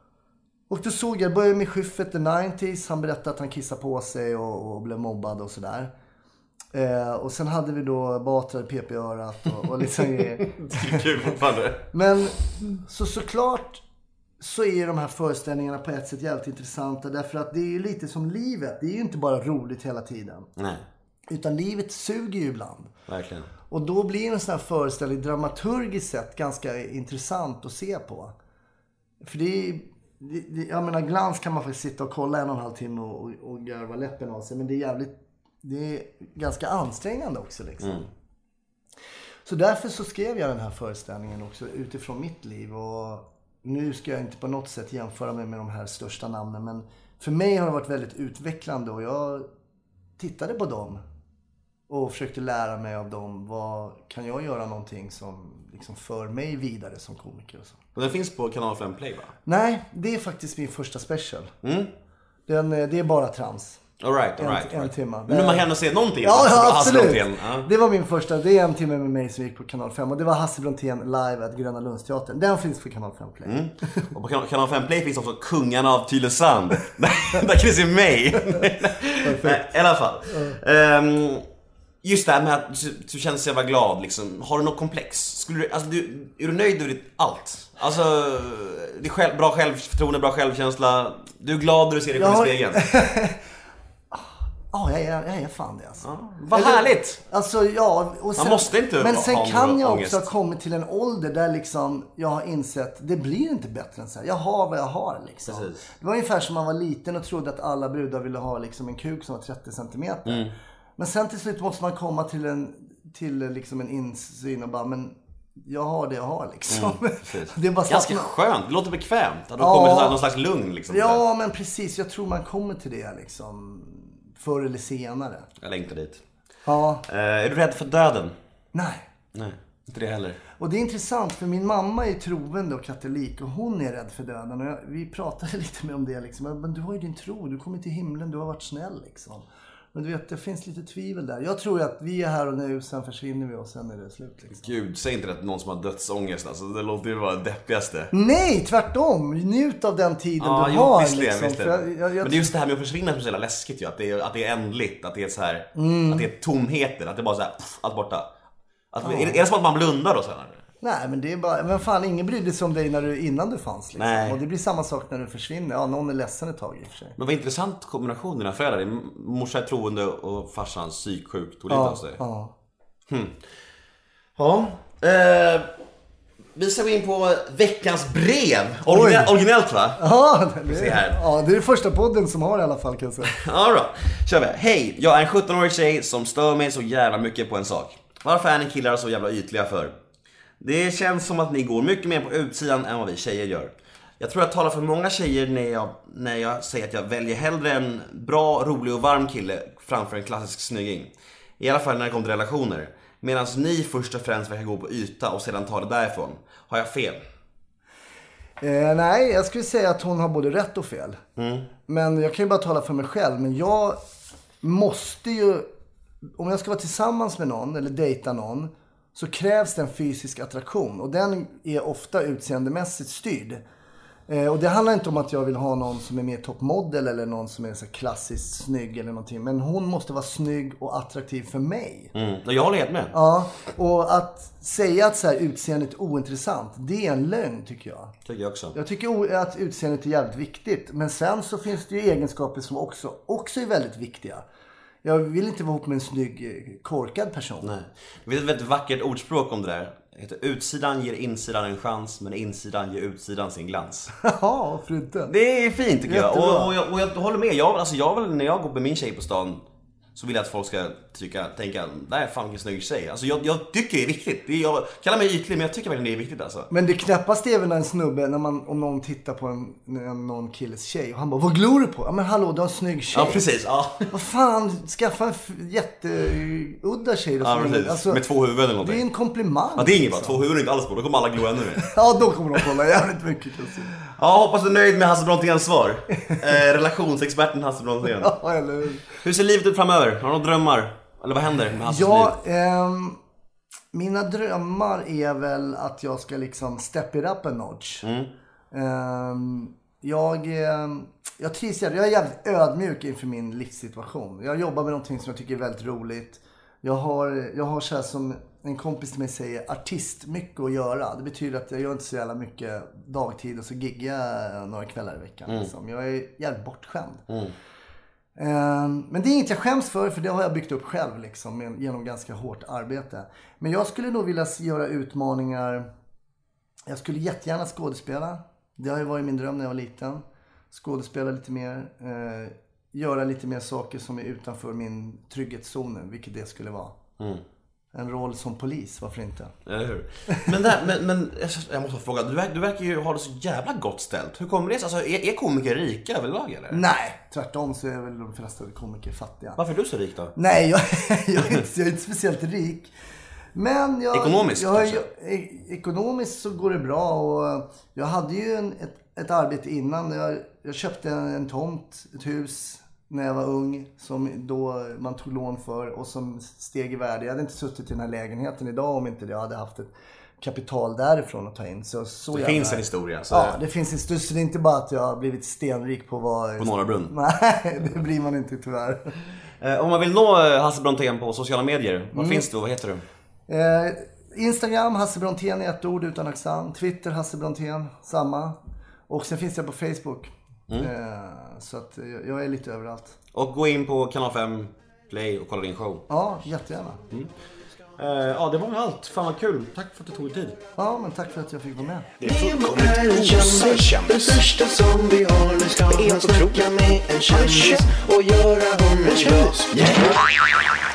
B: Och då såg jag, började med Schyffert the nittiotalet, han berättade att han kissade på sig och, och blev mobbad och sådär. Eh, och sen hade vi då Batra, P P i örat och, och liksom grejer.
A: Det är kul fortfarande.
B: Men så såklart så är de här föreställningarna på ett sätt jävligt intressanta, därför att det är ju lite som livet. Det är ju inte bara roligt hela tiden. Nej. Utan livet suger ju ibland.
A: Verkligen. Och
B: då blir en sån här föreställning dramaturgiskt sett ganska intressant att se på. För det är, det, det, jag menar, glans kan man faktiskt sitta och kolla en och en halv timme och, och, och garva läppen av sig. Men det är jävligt, det är ganska ansträngande också liksom. Mm. Så därför så skrev jag den här föreställningen också utifrån mitt liv. Och nu ska jag inte på något sätt jämföra mig med de här största namnen. Men för mig har det varit väldigt utvecklande och jag tittade på dem. Och försökte lära mig av dem. Vad kan jag göra någonting som liksom för mig vidare som komiker och så.
A: Och den finns på Kanal fem Play va?
B: Nej, det är faktiskt min första special. Mm. Den, det är bara trams.
A: All right, all right,
B: en, en
A: right.
B: timme.
A: Men man kan se någonting.
B: Ja, ja absolut. Ja.
A: Det
B: var min första. Det är en timme med mig som gick på Kanal fem. Och det var Hasse Brontén live at Gröna Lundsteatern. Den finns på Kanal fem Play. Mm.
A: Och på Kanal fem Play finns också Kungarna av Tylösand. Där kan ni se mig. I alla fall. Mm. Um, Just det här med att du, du känner sig vara glad liksom. Har du något komplex? Skulle du, alltså, du, är du nöjd över ditt allt? Alltså, det är själv, bra självförtroende, bra självkänsla. Du är glad när du ser dig själv i spegeln.
B: Ja, jag, jag, jag är fan det alltså.
A: Ja, vad Eller, härligt!
B: Alltså, ja, och sen,
A: man måste inte
B: men sen kan jag
A: ångest.
B: också ha kommit till en ålder där liksom jag har insett det blir inte bättre än så här. Jag har vad jag har liksom. Precis. Det var ungefär som man var liten och trodde att alla brudar ville ha liksom en kuk som var trettio centimeter. Mm. Men sen till slut måste man komma till en, till liksom en insyn och bara, men jag har det jag har liksom. Mm,
A: det är bara ganska man... skönt, det låter bekvämt. Att du ja, kommer till någon slags lugn liksom.
B: Ja, där. Men precis, jag tror man kommer till det liksom. Förr eller senare.
A: Jag längtar dit.
B: Ja.
A: Uh, är du rädd för döden?
B: Nej.
A: Nej, inte det heller.
B: Och det är intressant för min mamma är troende och katolik och hon är rädd för döden. Och jag, vi pratade lite med om det liksom. Men du har ju din tro, du kommer till himlen, du har varit snäll liksom. Men du vet, det finns lite tvivel där. Jag tror att vi är här och nu, sen försvinner vi och sen är det slut liksom.
A: Gud, säg inte att någon som har dödsångest alltså. Det låter ju vara det deppigaste.
B: Nej, tvärtom. Njut av den tiden ah, du
A: jo,
B: har
A: visst det,
B: liksom.
A: visst det. Jag, jag, jag... Men det är just det här med att försvinna som är så jävla läskigt ju. Att det är, att det är ändligt, att det är så här, mm. att det är tomheter, att det är bara så här, pff, allt borta. Att, ah. är, är det som att man blundar då sen?
B: Nej, men det är bara, men fan, ingen brydde sig om dig när du, innan du fanns liksom. Nej. Och det blir samma sak när du försvinner. Ja, någon är ledsen ett tag i och för sig.
A: Men vad intressant kombination dina föräldrar. Morsa är troende och farsan psyksjuk. Tog lite
B: ja,
A: av sig.
B: Ja.
A: Hmm. Ja. Eh, vi ska gå in på veckans brev. Originell, originellt va?
B: Ja, det är, här. Ja, det är första podden som har i alla fall kan jag säga.
A: Ja, bra. Kör vi. Hej, jag är en sjutton-årig tjej som stör mig så jävla mycket på en sak. Varför är ni killar så jävla ytliga för? Det känns som att ni går mycket mer på utsidan än vad vi tjejer gör. Jag tror jag talar för många tjejer när jag, när jag säger att jag väljer hellre en bra, rolig och varm kille framför en klassisk snygging. I alla fall när det kommer till relationer. Medan ni först och främst verkar gå på yta och sedan ta det därifrån. Har jag fel?
B: Eh, nej, jag skulle säga att hon har både rätt och fel. Mm. Men jag kan ju bara tala för mig själv. Men jag måste ju... Om jag ska vara tillsammans med någon eller dejta någon så krävs det en fysisk attraktion. Och den är ofta utseendemässigt styrd. Eh, och det handlar inte om att jag vill ha någon som är mer toppmodell eller någon som är så klassiskt snygg eller någonting. Men hon måste vara snygg och attraktiv för mig.
A: Mm. Jag håller helt med.
B: Ja, och att säga att så här, utseendet är ointressant, det är en lögn tycker jag.
A: Tycker jag också.
B: Jag tycker att utseendet är jävligt viktigt. Men sen så finns det ju egenskaper som också, också är väldigt viktiga. Jag vill inte vara ihop med en snygg, korkad person.
A: Nej. Det finns ett väldigt vackert ordspråk om det där. Det heter, utsidan ger insidan en chans, men insidan ger utsidan sin glans.
B: Ja, för inte.
A: Det är fint tycker jag. Och, och jag. och jag håller med. Jag, alltså jag, när jag går med min tjej på stan så vill jag att folk ska tycka, tänka, det här är fan vilken snygg tjej. Alltså jag, jag tycker det är viktigt. Det är, jag kallar mig ytlig, men jag tycker verkligen det är viktigt alltså.
B: Men det knäppast är väl när en snubbe, när man, om någon tittar på en, en, någon killes tjej och han bara, vad glor du på? Ja men hallå, du har en snygg tjej.
A: Ja precis, ja.
B: Vad fan, skaffa en f- jätteudda tjej då.
A: Ja precis, alltså, med två huvuden eller någonting.
B: Det är en komplimang.
A: Ja det är inget bara, två huvuden är inte alls på, då kommer alla glo ännu mer.
B: Ja då kommer de kolla jävligt mycket kanske.
A: Ja, hoppas du är nöjd med Hasse Bronténs svar. eh, relationsexperten Hasse Brontén.
B: Ja, eller hur?
A: Hur ser livet ut framöver? Har du några drömmar? Eller vad händer med Hasses
B: ja,
A: liv?
B: Ehm, mina drömmar är väl att jag ska liksom step it up a notch. Mm. Ehm, jag, ehm, jag trivs jag är jävligt ödmjuk inför min livssituation. Jag jobbar med någonting som jag tycker är väldigt roligt. Jag har, jag har så här som en kompis till mig säger, artist mycket att göra. Det betyder att jag gör inte så jävla mycket dagtid och så giggar jag några kvällar i veckan. Mm. Liksom. Jag är jävligt bortskämd. Mm. Men det är inget jag skäms för, för det har jag byggt upp själv liksom, genom ganska hårt arbete. Men jag skulle nog vilja göra utmaningar. Jag skulle jättegärna skådespela. Det har ju varit min dröm när jag var liten. Skådespela lite mer. Eh, göra lite mer saker som är utanför min trygghetszon, vilket det skulle vara. Mm. En roll som polis, varför inte?
A: Eller hur? Men, där, men, men jag måste fråga, du, verkar, du verkar ju ha det så jävla gott ställt. Hur kommer det sig? Alltså, är, är komiker rika överlag eller?
B: Nej, tvärtom så är väl de flesta komiker fattiga.
A: Varför är du så rik då?
B: Nej, jag, jag, är, inte, jag är inte speciellt rik. Men jag,
A: ekonomiskt
B: jag,
A: kanske?
B: Jag, ekonomiskt så går det bra. Och jag hade ju en, ett, ett arbete innan. Jag, jag köpte en, en tomt, ett hus när jag var ung, som då man tog lån för och som steg i värde. Jag hade inte suttit i den här lägenheten idag om inte jag hade haft ett kapital därifrån att ta in. Så, så
A: det finns en historia. Så
B: ja, det finns en historia. Så det är inte bara att jag har blivit stenrik på vad...
A: På Norra Brunn.
B: Nej, det blir man inte tyvärr.
A: Eh, om man vill nå Hasse Brontén på sociala medier, vad mm. finns du och vad heter du?
B: Eh, Instagram, Hasse Brontén i ett ord utan accent. Twitter, Hasse Brontén, samma. Och sen finns jag på Facebook. Mm. Eh, så att jag, jag är lite överallt.
A: Och gå in på Kanal fem Play och kolla din show.
B: Ja, jättegärna. Mm.
A: Eh, ja, det var allt. Fan vad kul. Tack för att du tog dig tid.
B: Ja, men tack för att jag fick vara med.
C: Det är fullkomligt okändis. Den största som vi har. Nu ska han snacka med en kändis och göra honom glad. Yeah.